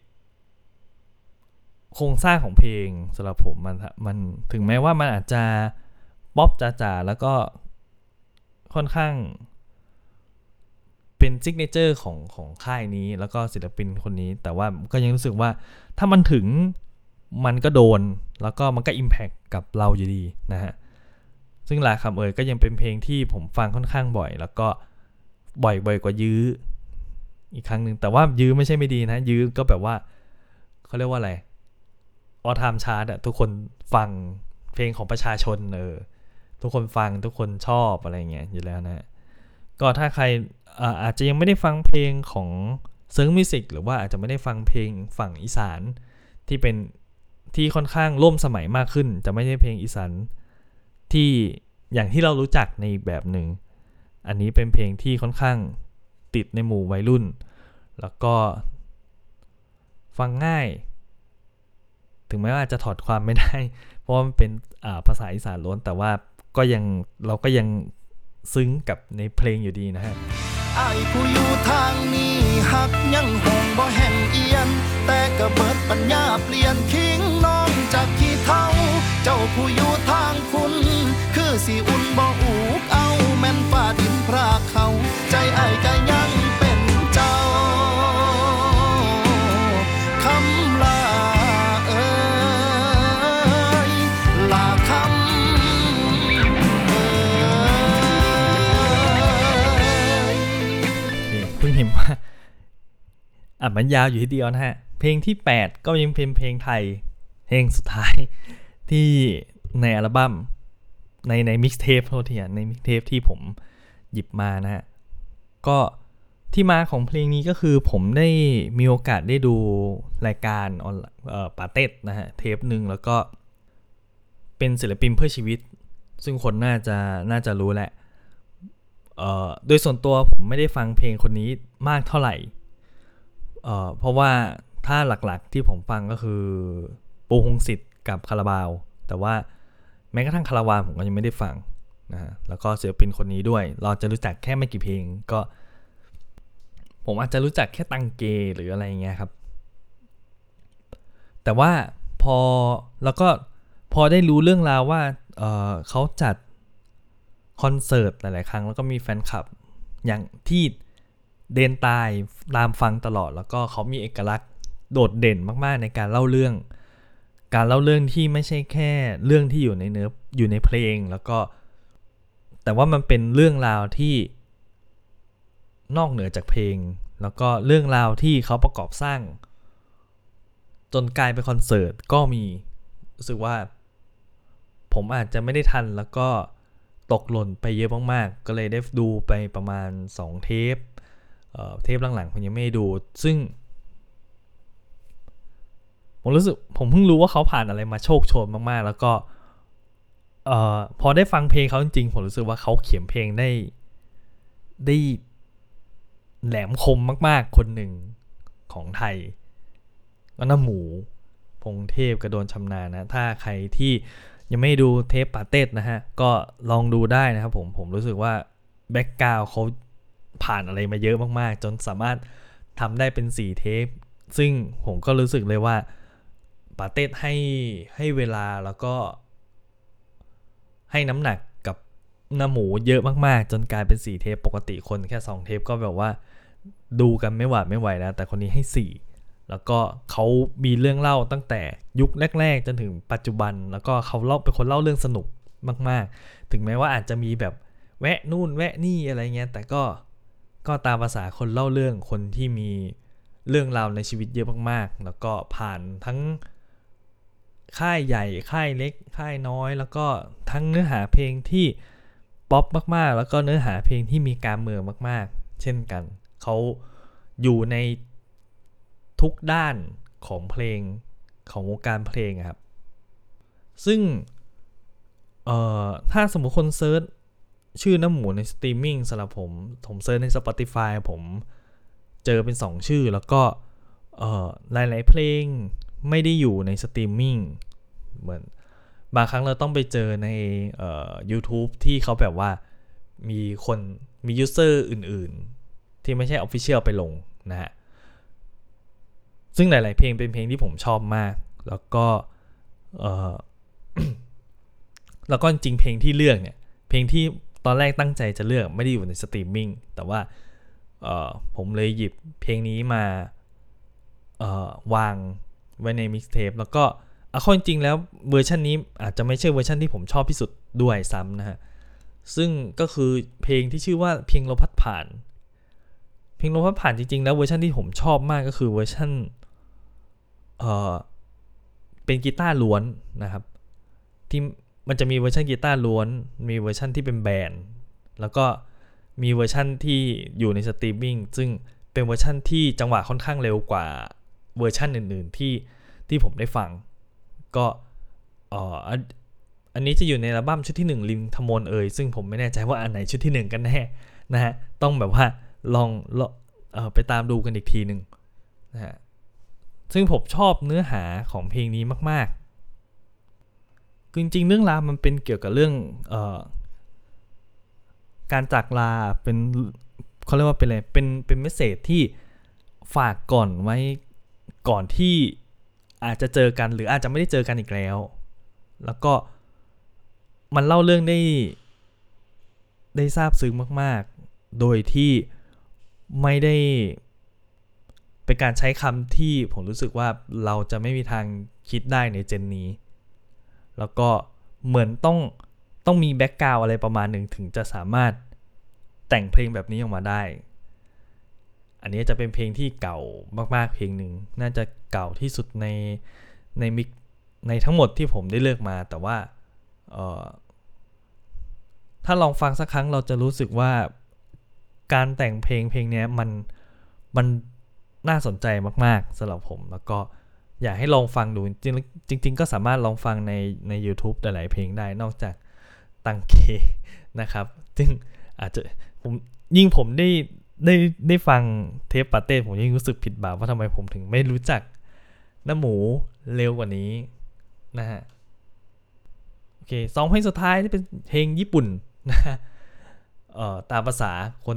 โครงสร้างของเพลงสำหรับผมมันถึงแม้ว่ามันอาจจะป๊อปจ๋าๆแล้วก็ค่อนข้างเป็นซิกเนเจอร์ของค่ายนี้แล้วก็ศิลปินคนนี้แต่ว่าก็ยังรู้สึกว่าถ้ามันถึงมันก็โดนแล้วก็มันก็อิมแพคกับเราอยู่ดีนะฮะซึ่งลาคำเอ่ยก็ยังเป็นเพลงที่ผมฟังค่อนข้างบ่อยแล้วก็บ่อยกว่ายื้ออีกครั้งนึงแต่ว่ายื้อไม่ใช่ไม่ดีนะยื้อก็แบบว่าเขาเรียกว่าอะไรออทามชาร์ตทุกคนฟังเพลงของประชาชนทุกคนฟังทุกคนชอบอะไรเงี้ยอยู่แล้วนะก็ถ้าใครอาจจะยังไม่ได้ฟังเพลงของเซิร์ฟมิวสิกหรือว่าอาจจะไม่ได้ฟังเพลงฝั่งอีสานที่เป็นที่ค่อนข้างร่วมสมัยมากขึ้นจะไม่ใช่เพลงอีสานที่อย่างที่เรารู้จักในแบบหนึ่งอันนี้เป็นเพลงที่ค่อนข้างติดในหมู่วัยรุ่นแล้วก็ฟังง่ายถึงแม้ว่าจะถอดความไม่ได้เพราะว่ามันเป็นภาษาอีสานล้วนแต่ว่าเราก็ยังซึ้งกับในเพลงอยู่ดีนะฮะอ้ายผู้อยู่ทางนี้หักยังหงบ่แห่งเอียนแต่ก็เบิดปัญญาเปลี่ยนทิ้งน้องจากขี้เท่าเจ้าผู้อยู่ทางคุณคือสิอุ่นบ่อูกเอาแม่นฟ้าดินพรากเขาใจอ้ายก็ยังเป็นเจ้าคำลาเอ่ยลาคำเพิ่งเห็นว่ามันยาวอยู่ทีเดียวนะฮะเพลงที่8ก็ยังเป็นเพลงไทยเพลงสุดท้ายที่ในอัลบั้มในมิกซ์เทปในมิกซ์เทปที่ผมหยิบมานะฮะก็ที่มาของเพลงนี้ก็คือผมได้มีโอกาสได้ดูรายการปาเต็ดนะฮะเทปนึงแล้วก็เป็นศิลปินเพื่อชีวิตซึ่งคนน่าจะรู้แหละโดยส่วนตัวผมไม่ได้ฟังเพลงคนนี้มากเท่าไหร่เพราะว่าถ้าหลักๆที่ผมฟังก็คือปูพงษ์สิทธิ์กับคาราบาวแต่ว่าแม้กระทั่งคาราบาวผมก็ยังไม่ได้ฟังนะฮะแล้วก็ศิลปินคนนี้ด้วยเราจะรู้จักแค่ไม่กี่เพลงก็ผมอาจจะรู้จักแค่ตังเกหรืออะไรเงี้ยครับแต่ว่าพอแล้วก็พอได้รู้เรื่องราวว่าเขาจัดคอนเสิร์ตหลายๆครั้งแล้วก็มีแฟนคลับอย่างที่เดนตายตามฟังตลอดแล้วก็เขามีเอกลักษณ์โดดเด่นมากๆในการเล่าเรื่องที่ไม่ใช่แค่เรื่องที่อยู่ในเนื้ออยู่ในเพลงแล้วก็แต่ว่ามันเป็นเรื่องราวที่นอกเหนือจากเพลงแล้วก็เรื่องราวที่เขาประกอบสร้างจนกลายเป็นคอนเสิร์ตก็มีรู้สึกว่าผมอาจจะไม่ได้ทันแล้วก็ตกหล่นไปเยอะมากๆก็เลยได้ดูไปประมาณ2เทปเทปหลังๆผมยังไม่ได้ดูซึ่งผมเพิ่งรู้ว่าเขาผ่านอะไรมาโชคโชนมากๆแล้วก็พอได้ฟังเพลงเขาจริงๆผมรู้สึกว่าเขาเขียนเพลงได้แหลมคมมากๆคนหนึ่งของไทยก็น้าหมูพงเทพกระโดนชำนาญนะถ้าใครที่ยังไม่ดูเทปปาเต้นะฮะก็ลองดูได้นะครับผมรู้สึกว่าแบ็คกราวด์เขาผ่านอะไรมาเยอะมากๆจนสามารถทำได้เป็น4เทปซึ่งผมก็รู้สึกเลยว่าปาเต้ให้เวลาแล้วก็ให้น้ำหนักกับน้าหมูเยอะมากๆจนกลายเป็น4เทปปกติคนแค่2เทปก็แบบว่าดูกันไม่หวาดไม่ไหวแล้วแต่คนนี้ให้4แล้วก็เขามีเรื่องเล่าตั้งแต่ยุคแรกๆจนถึงปัจจุบันแล้วก็เขาเป็นคนเล่าเรื่องสนุกมากๆถึงแม้ว่าอาจจะมีแบบแวะนู่นแวะนี่อะไรเงี้ยแต่ก็ตามภาษาคนเล่าเรื่องคนที่มีเรื่องราวในชีวิตเยอะมากๆแล้วก็ผ่านทั้งค่ายใหญ่ค่ายเล็กค่ายน้อยแล้วก็ทั้งเนื้อหาเพลงที่ป๊อปมากๆแล้วก็เนื้อหาเพลงที่มีการเมืองมากๆเช่นกันเขาอยู่ในทุกด้านของเพลงของวงการเพลงครับซึ่งถ้าสมมติคนเซิร์ชชื่อน้ำหมูในสตรีมมิ่งสำหรับผมเซิร์ชใน Spotify ผมเจอเป็น2ชื่อแล้วก็หลายๆเพลงไม่ได้อยู่ในสตรีมมิ่งเหมือนบางครั้งเราต้องไปเจอในYouTube ที่เขาแบบว่ามียูเซอร์อื่นๆที่ไม่ใช่ Official ไปลงนะฮะซึ่งหลายๆเพลงเป็นเพลงที่ผมชอบมากแล้วก็แล้วก็จริงเพลงที่เลือกเนี่ยเพลงที่ตอนแรกตั้งใจจะเลือกไม่ได้อยู่ในสตรีมมิ่งแต่ว่าผมเลยหยิบเพลงนี้มาวางไว้ในมิกซ์เทปแล้วก็ข้อจริงแล้วเวอร์ชันนี้อาจจะไม่ใช่เวอร์ชันที่ผมชอบที่สุดด้วยซ้ำนะฮะซึ่งก็คือเพลงที่ชื่อว่าเพียงลมพัดผ่านเพลงลมพัดผ่านจริงๆแล้วเวอร์ชันที่ผมชอบมากก็คือเวอร์ชันเป็นกีตาร์ล้วนนะครับที่มันจะมีเวอร์ชันกีตาร์ล้วนมีเวอร์ชันที่เป็นแบนด์แล้วก็มีเวอร์ชันที่อยู่ในสตรีมมิ่งซึ่งเป็นเวอร์ชันที่จังหวะค่อนข้างเร็วกว่าเวอร์ชันอื่นๆที่ผมได้ฟังก็อันนี้จะอยู่ในอัลบั้มชุดที่1ลิงทมนซึ่งผมไม่แน่ใจว่าอันไหนชุดที่1กันแน่นะฮะต้องแบบว่าลองไปตามดูกันอีกทีนึงนะฮะซึ่งผมชอบเนื้อหาของเพลงนี้มากๆจริงๆเรื่องราวมันเป็นเกี่ยวกับเรื่องการจากลาเป็นเขาเรียกว่าเป็นอะไรเป็นเมสเสจที่ฝากก่อนไว้ก่อนที่อาจจะเจอกันหรืออาจจะไม่ได้เจอกันอีกแล้วก็มันเล่าเรื่องได้ซาบซึ้งมากๆโดยที่ไม่ได้เป็นการใช้คำที่ผมรู้สึกว่าเราจะไม่มีทางคิดได้ในเจนนี้แล้วก็เหมือนต้องมีแบ็คกราวด์อะไรประมาณหนึ่งถึงจะสามารถแต่งเพลงแบบนี้ออกมาได้อันนี้จะเป็นเพลงที่เก่ามากๆเพลงหนึ่งน่าจะเก่าที่สุดในมิกในทั้งหมดที่ผมได้เลือกมาแต่ว่าถ้าลองฟังสักครั้งเราจะรู้สึกว่าการแต่งเพลงนี้มันน่าสนใจมากๆสำหรับผมแล้วก็อยากให้ลองฟังดูจริงก็สามารถลองฟังใน YouTube หลายๆเพลงได้นอกจากตังเคนะครับซึ่งอาจจะผมได้ฟังเทปปาเต้ผมยิ่งรู้สึกผิดบาปว่าทำไมผมถึงไม่รู้จักน้าหมูเร็วกว่านี้นะฮะโอเค2เพลงสุดท้ายที่เป็นเพลงญี่ปุ่นนะฮะตามภาษาคน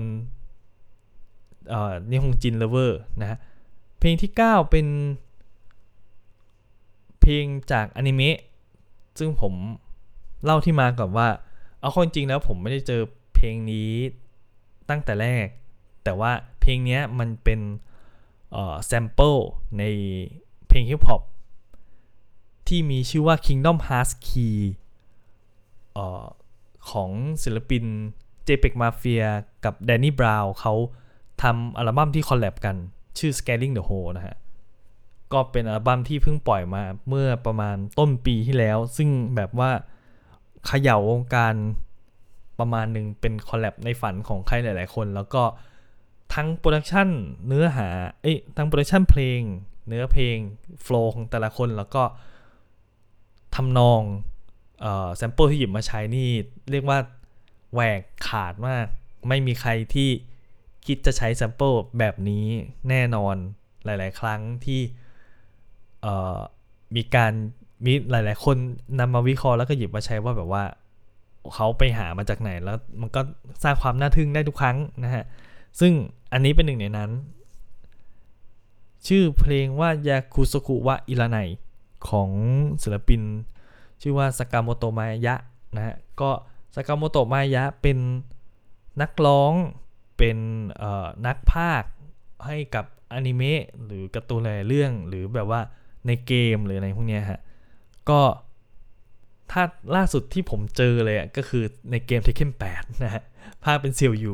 นิฮงจินเลเวอร์นะฮะเพลงที่9เป็นเพลงจากอนิเมะซึ่งผมเล่าที่มาก่อนว่าเอาข้อจริงแล้วผมไม่ได้เจอเพลงนี้ตั้งแต่แรกแต่ว่าเพลงนี้มันเป็นแซมเปิลในเพลงฮิปฮอปที่มีชื่อว่า Kingdom Hearts Key ของศิลปิน JPEG Mafia กับ Danny Brown เขาทำอัลบั้มที่คอลแลบกันชื่อ Scaling the Hole นะฮะก็เป็นอัลบั้มที่เพิ่งปล่อยมาเมื่อประมาณต้นปีที่แล้วซึ่งแบบว่าเขย่าวงการประมาณหนึ่งเป็นคอลแลบในฝันของใครหลายๆคนแล้วก็ทั้งโปรดักชันเนื้อหาทั้งโปรดักชันเพลงเนื้อเพลงโฟล์ของแต่ละคนแล้วก็ทำนองแซมเปิลที่หยิบมาใช้นี่เรียกว่าแหวกขาดมากไม่มีใครที่คิดจะใช้แซมเปิลแบบนี้แน่นอนหลายๆครั้งที่มีหลายๆคนนำมาวิเคราะห์แล้วก็หยิบมาใช้ว่าแบบว่าเขาไปหามาจากไหนแล้วมันก็สร้างความน่าทึ่งได้ทุกครั้งนะฮะซึ่งอันนี้เป็นหนึ่งในนั้นชื่อเพลงว่ายาคุโซกุวะอิราไนของศิลปินชื่อว่าสากาโมโตะมายะนะฮะก็สากาโมโตะมายะเป็นนักร้องเป็นนักพากย์ให้กับอนิเมะหรือการ์ตูนหลายเรื่องหรือแบบว่าในเกมหรืออะไรพวกนี้ฮะก็ถ้าล่าสุดที่ผมเจอเลยก็คือในเกม Tekken 8นะฮะภาคเป็นเสี่ยวหยู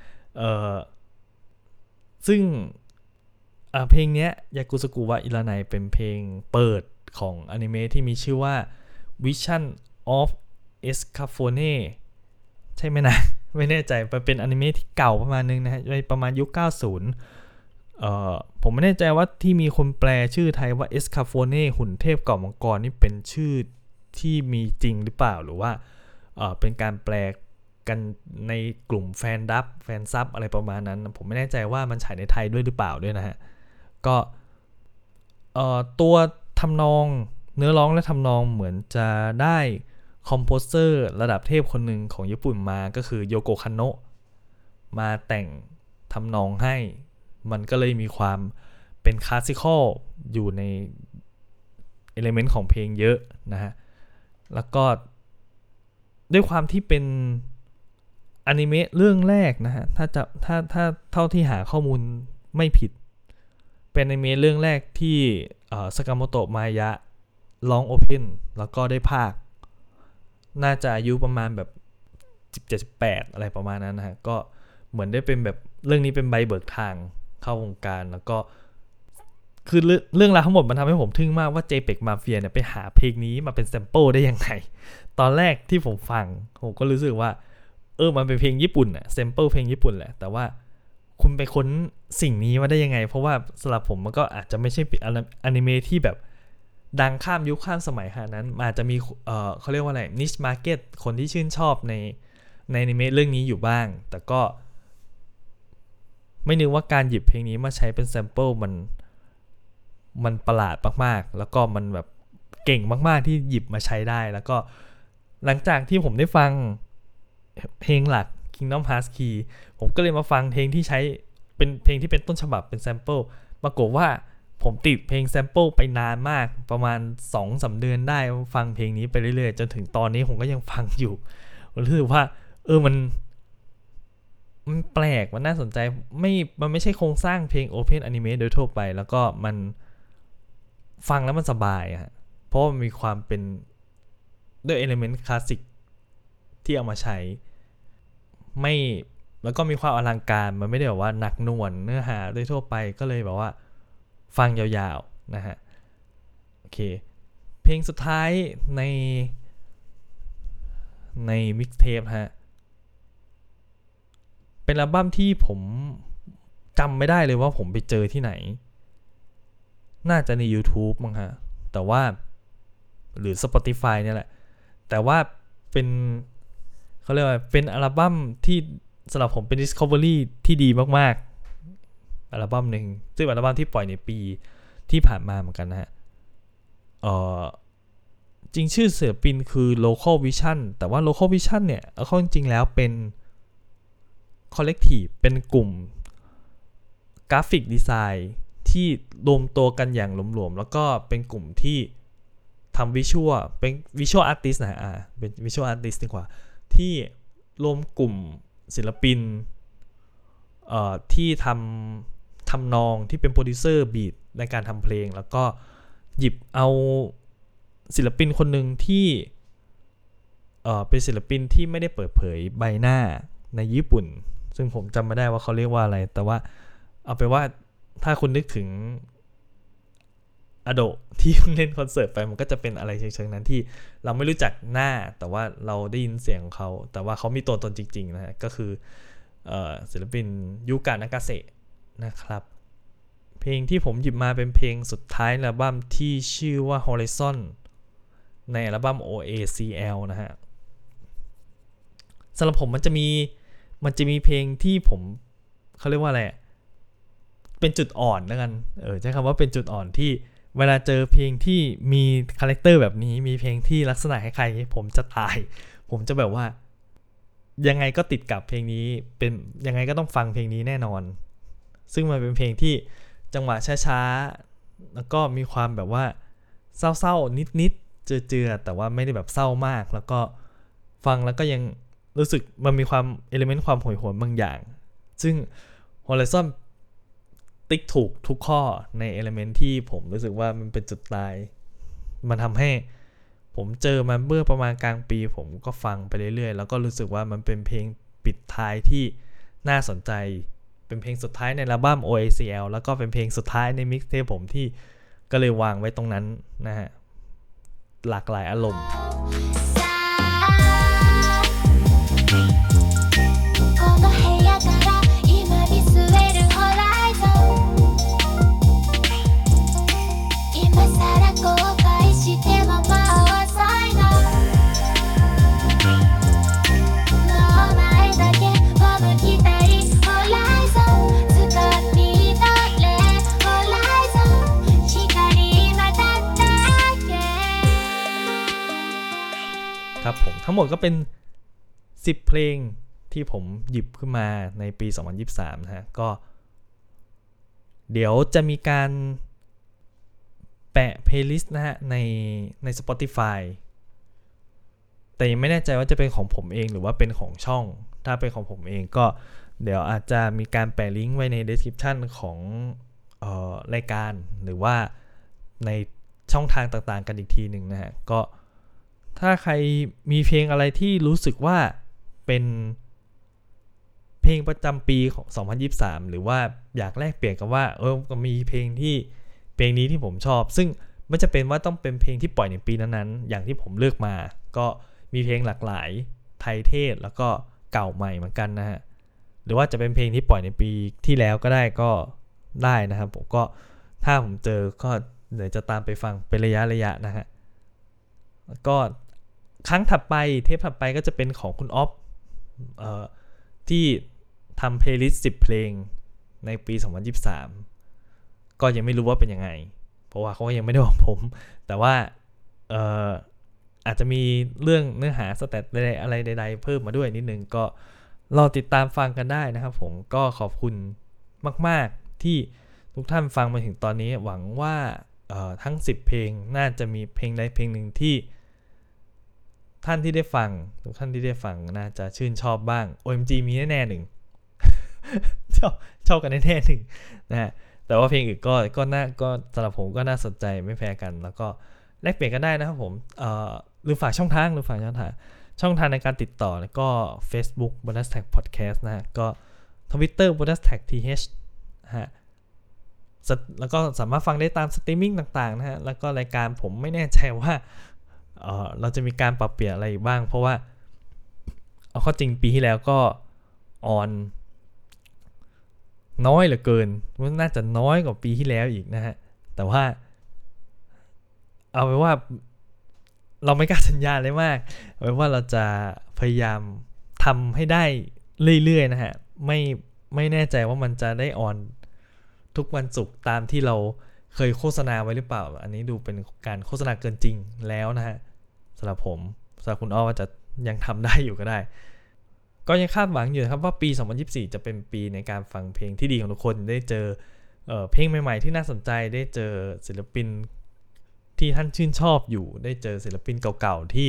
ซึ่งเพลงนี้ยากุสกุวะอิราไนเป็นเพลงเปิดของอนิเมะที่มีชื่อว่า Vision of Escaflowne ใช่ไหมนะ ไม่แน่ใจเป็นอนิเมะที่เก่าประมาณนึงนะฮะประมาณยุค 90ผมไม่แน่ใจว่าที่มีคนแปลชื่อไทยว่า Escaflowne หุ่นเทพเก่ามังกรนี่เป็นชื่อที่มีจริงหรือเปล่าหรือว่าเป็นการแปลกันในกลุ่มแฟนซับอะไรประมาณนั้นผมไม่แน่ใจว่ามันฉายในไทยด้วยหรือเปล่าด้วยนะฮะก็ตัวทำนองเนื้อร้องและทำนองเหมือนจะได้คอมโพเซอร์ระดับเทพคนหนึ่งของญี่ปุ่นมาก็คือโยโกะคันโนะมาแต่งทำนองให้มันก็เลยมีความเป็นคลาสสิคอลอยู่ในเอลิเมนต์ของเพลงเยอะนะฮะแล้วก็ด้วยความที่เป็นอนิเมะเรื่องแรกนะฮะถ้าเท่าที่หาข้อมูลไม่ผิดเป็นอนิเมะเรื่องแรกที่สากาโมโตะมายะร้องโอเพนแล้วก็ได้พากย์น่าจะอายุประมาณแบบ17-18อะไรประมาณนั้นนะฮะก็เหมือนได้เป็นแบบเรื่องนี้เป็นใบเบิกทางเข้าวงการแล้วก็คือเรื่องราวทั้งหมดมันทำให้ผมทึ่งมากว่า JPEG Mafia เนี่ยไปหาเพลงนี้มาเป็นแซมเปิลได้ยังไงตอนแรกที่ผมฟังผมก็รู้สึกว่ามันเป็นเพลงญี่ปุ่นอะแซมเปิลเพลงญี่ปุ่นแหละแต่ว่าคุณไปค้นสิ่งนี้มาได้ยังไงเพราะว่าสำหรับผมมันก็อาจจะไม่ใช่อนิเมะที่แบบดังข้ามยุคข้ามสมัยขนาดนั้นอาจจะมีเขาเรียกว่าอะไร niche market คนที่ชื่นชอบในอนิเมะเรื่องนี้อยู่บ้างแต่ก็ไม่นึกว่าการหยิบเพลงนี้มาใช้เป็นแซมเปิลมันประหลาดมากๆแล้วก็มันแบบเก่งมากๆที่หยิบมาใช้ได้แล้วก็หลังจากที่ผมได้ฟังเพลงหลัก Kingdom Hearts Key ผมก็เลยมาฟังเพลงที่ใช้เป็นเพลงที่เป็นต้นฉบับเป็นแซมเปิลปรากฏว่าผมติดเพลงแซมเปิลไปนานมากประมาณ 2-3 เดือนได้ฟังเพลงนี้ไปเรื่อยๆจนถึงตอนนี้ผมก็ยังฟังอยู่ผมรู้สึกว่ามันแปลกมันน่าสนใจมันไม่ใช่โครงสร้างเพลง Open Anime โดยทั่วไปแล้วก็มันฟังแล้วมันสบายฮะเพราะมันมีความเป็นด้วยเอลิเมนต์คลาสสิกที่เอามาใช้ไม่แล้วก็มีความอลังการมันไม่ได้แบบว่าหนักหน่วงเนื้อหาโดยทั่วไปก็เลยแบบว่าฟังยาวๆนะฮะโอเคเพลงสุดท้ายในมิกซ์เทปฮะเป็นอัลบั้มที่ผมจำไม่ได้เลยว่าผมไปเจอที่ไหนน่าจะใน YouTube มั้งฮะแต่ว่าหรือ Spotify เนี่ยแหละแต่ว่าเป็นเขาเรียกว่าเป็นอัลบั้มที่สำหรับผมเป็น Discovery ที่ดีมากๆอัลบั้มหนึ่งซึ่งอัลบั้มที่ปล่อยในปีที่ผ่านมาเหมือนกันนะฮะจริงชื่อศิลปินคือ Local Vision แต่ว่า Local Vision เนี่ยเอาเข้าจริงๆแล้วเป็น Collective เป็นกลุ่มกราฟิกดีไซน์ที่รวมตัวกันอย่างหลวมๆแล้วก็เป็นกลุ่มที่ทำวิชวลเป็นวิชวลอาร์ติสต์นะเป็นวิชวลอาร์ติสต์ดีกว่าที่รวมกลุ่มศิลปินที่ทำนองที่เป็นโปรดิวเซอร์บีทในการทำเพลงแล้วก็หยิบเอาศิลปินคนหนึ่งที่เป็นศิลปินที่ไม่ได้เปิดเผยใบหน้าในญี่ปุ่นซึ่งผมจำไม่ได้ว่าเขาเรียกว่าอะไรแต่ว่าเอาไปว่าถ้าคุณนึกถึงอโดะที่เล่นคอนเสิร์ตไปมันก็จะเป็นอะไรเชิงๆนั้นที่เราไม่รู้จักหน้าแต่ว่าเราได้ยินเสียงของเขาแต่ว่าเขามีตัวตนจริงๆนะฮะก็คือศิลปินยูกะนากาเซะนะครับเพลงที่ผมหยิบมาเป็นเพลงสุดท้ายในอัลบั้มที่ชื่อว่า Horizon ในอัลบั้ม OACL นะฮะสำหรับผมมันจะมีเพลงที่ผมเขาเรียกว่าอะไรเป็นจุดอ่อนแล้วกันใช้คำว่าเป็นจุดอ่อนที่เวลาเจอเพลงที่มีคาแรคเตอร์แบบนี้มีเพลงที่ลักษณะคล้ายๆผมจะตายผมจะแบบว่ายังไงก็ติดกับเพลงนี้เป็นยังไงก็ต้องฟังเพลงนี้แน่นอนซึ่งมันเป็นเพลงที่จังหวะช้าๆแล้วก็มีความแบบว่าเศร้าๆนิดๆเจือๆแต่ว่าไม่ได้แบบเศร้ามากแล้วก็ฟังแล้วก็ยังรู้สึกมันมีความเอลิเมนต์ความโหยหวนบางอย่างซึ่ง Horizon ติ๊กถูกทุกข้อในเอลิเมนต์ที่ผมรู้สึกว่ามันเป็นจุดตายมันทำให้ผมเจอมาเมื่อประมาณกลางปีผมก็ฟังไปเรื่อยๆแล้วก็รู้สึกว่ามันเป็นเพลงปิดท้ายที่น่าสนใจเป็นเพลงสุดท้ายในอัลบั้ม OACL แล้วก็เป็นเพลงสุดท้ายในมิกซ์เทปผมที่ก็เลยวางไว้ตรงนั้นนะฮะหลากหลายอารมณ์ครับผมทั้งหมดก็เป็น10เพลงที่ผมหยิบขึ้นมาในปี2023นะฮะก็เดี๋ยวจะมีการแปะเพลย์ลิสต์นะฮะใน Spotify แต่ยังไม่แน่ใจว่าจะเป็นของผมเองหรือว่าเป็นของช่องถ้าเป็นของผมเองก็เดี๋ยวอาจจะมีการแปะลิงก์ไว้ใน description ของรายการหรือว่าในช่องทางต่างๆกันอีกทีหนึ่งนะฮะก็ถ้าใครมีเพลงอะไรที่รู้สึกว่าเป็นเพลงประจำปีของ2023หรือว่าอยากแลกเปลี่ยนกันว่ามีเพลงนี้ที่ผมชอบซึ่งไม่จำเป็นว่าต้องเป็นเพลงที่ปล่อยในปีนั้นๆอย่างที่ผมเลือกมาก็มีเพลงหลากหลายไทยเทศแล้วก็เก่าใหม่เหมือนกันนะฮะหรือว่าจะเป็นเพลงที่ปล่อยในปีที่แล้วก็ได้นะครับผมก็ถ้าผมเจอก็เดี๋ยวจะตามไปฟังเป็นระยะนะฮะก็ครั้งถัดไปเทปถัดไปก็จะเป็นของคุณอ๊อฟที่ทำเพลย์ลิสต์10เพลงในปี2023ก็ยังไม่รู้ว่าเป็นยังไงเพราะว่าเขาก็ยังไม่ได้บอกผมแต่ว่าอาจจะมีเรื่องเนื้อหาสแตทอะไรใดๆเพิ่มมาด้วยนิดนึงก็รอติดตามฟังกันได้นะครับผมก็ขอบคุณมากๆที่ทุกท่านฟังมาถึงตอนนี้หวังว่าทั้ง10เพลงน่าจะมีเพลงใดเพลงหนึ่งที่ทุกท่านที่ได้ฟังน่าจะชื่นชอบบ้าง OMG มีแน่ๆหนึ่ง ชอบกันแน่ๆหนึ่งนะฮะแต่ว่าเพลงอื่นก็สำหรับผมก็น่าสนใจไม่แพ้กันแล้วก็แลกเปลี่ยนกันได้นะครับผมหรือฝากช่องทางในการติดต่อแล้วก็ Facebook Bonus Tag Podcast นะฮะก็ Twitter Bonus Tag TH ฮะแล้วก็สามารถฟังได้ตามสตรีมมิ่งต่างๆนะฮะแล้วก็รายการผมไม่แน่ใจว่าเราจะมีการปรับเปลี่ยนอะไรบ้างเพราะว่าเอาข้อจริงปีที่แล้วก็ออนน้อยเหลือเกินมันน่าจะน้อยกว่าปีที่แล้วอีกนะฮะแต่ว่าเอาไว้ว่าเราไม่กล้าสัญญาเลยมากเอาไว้ว่าเราจะพยายามทำให้ได้เรื่อยๆนะฮะไม่แน่ใจว่ามันจะได้ออนทุกวันศุกร์ตามที่เราเคยโฆษณาไว้หรือเปล่าอันนี้ดูเป็นการโฆษณาเกินจริงแล้วนะฮะสำหรับคุณอ้อว่าจะยังทำได้อยู่ก็ได้ก็ยังคาดหวังอยู่ครับว่าปี2024จะเป็นปีในการฟังเพลงที่ดีของทุกคนได้เจอเพลงใหม่ๆที่น่าสนใจได้เจอศิลปินที่ท่านชื่นชอบอยู่ได้เจอศิลปินเก่าๆที่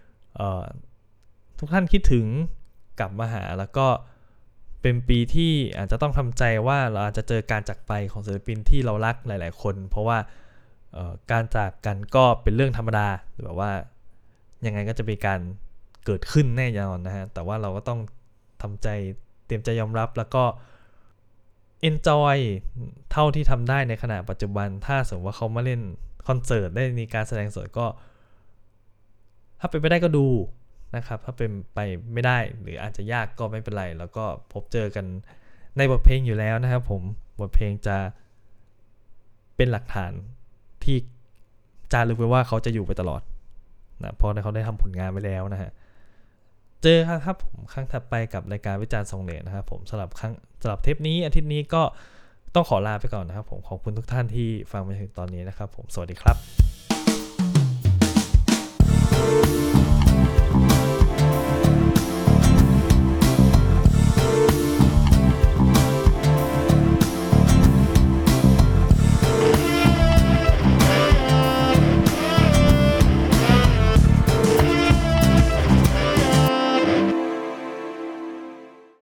ทุกท่านคิดถึงกลับมาหาแล้วก็เป็นปีที่อาจจะต้องทำใจว่าเราอาจจะเจอการจากไปของศิลปินที่เรารักหลายๆคนเพราะว่าการจากกันก็เป็นเรื่องธรรมดาแบบว่ายังไงก็จะมีการเกิดขึ้นแน่นอนนะฮะแต่ว่าเราก็ต้องทำใจเตรียมใจยอมรับแล้วก็ enjoy เท่าที่ทำได้ในขณะปัจจุบันถ้าสมมติว่าเขามาเล่นคอนเสิร์ตได้มีการแสดงสดก็ถ้าเป็นไปได้ก็ดูนะครับถ้าเป็นไปไม่ได้หรืออาจจะยากก็ไม่เป็นไรแล้วก็พบเจอกันในบทเพลงอยู่แล้วนะครับผมบทเพลงจะเป็นหลักฐานที่จารึกไว้ว่าเขาจะอยู่ไปตลอดนะเพราะเขาได้ทำผลงานไว้แล้วนะฮะเจอครับผมครั้งถัดไปกับรายการวิจารณ์ทรงเดชนะครับผมสำหรับเทปนี้อาทิตย์นี้ก็ต้องขอลาไปก่อนนะครับผมขอบคุณทุกท่านที่ฟังมาถึงตอนนี้นะครับผมสวัสดีครับ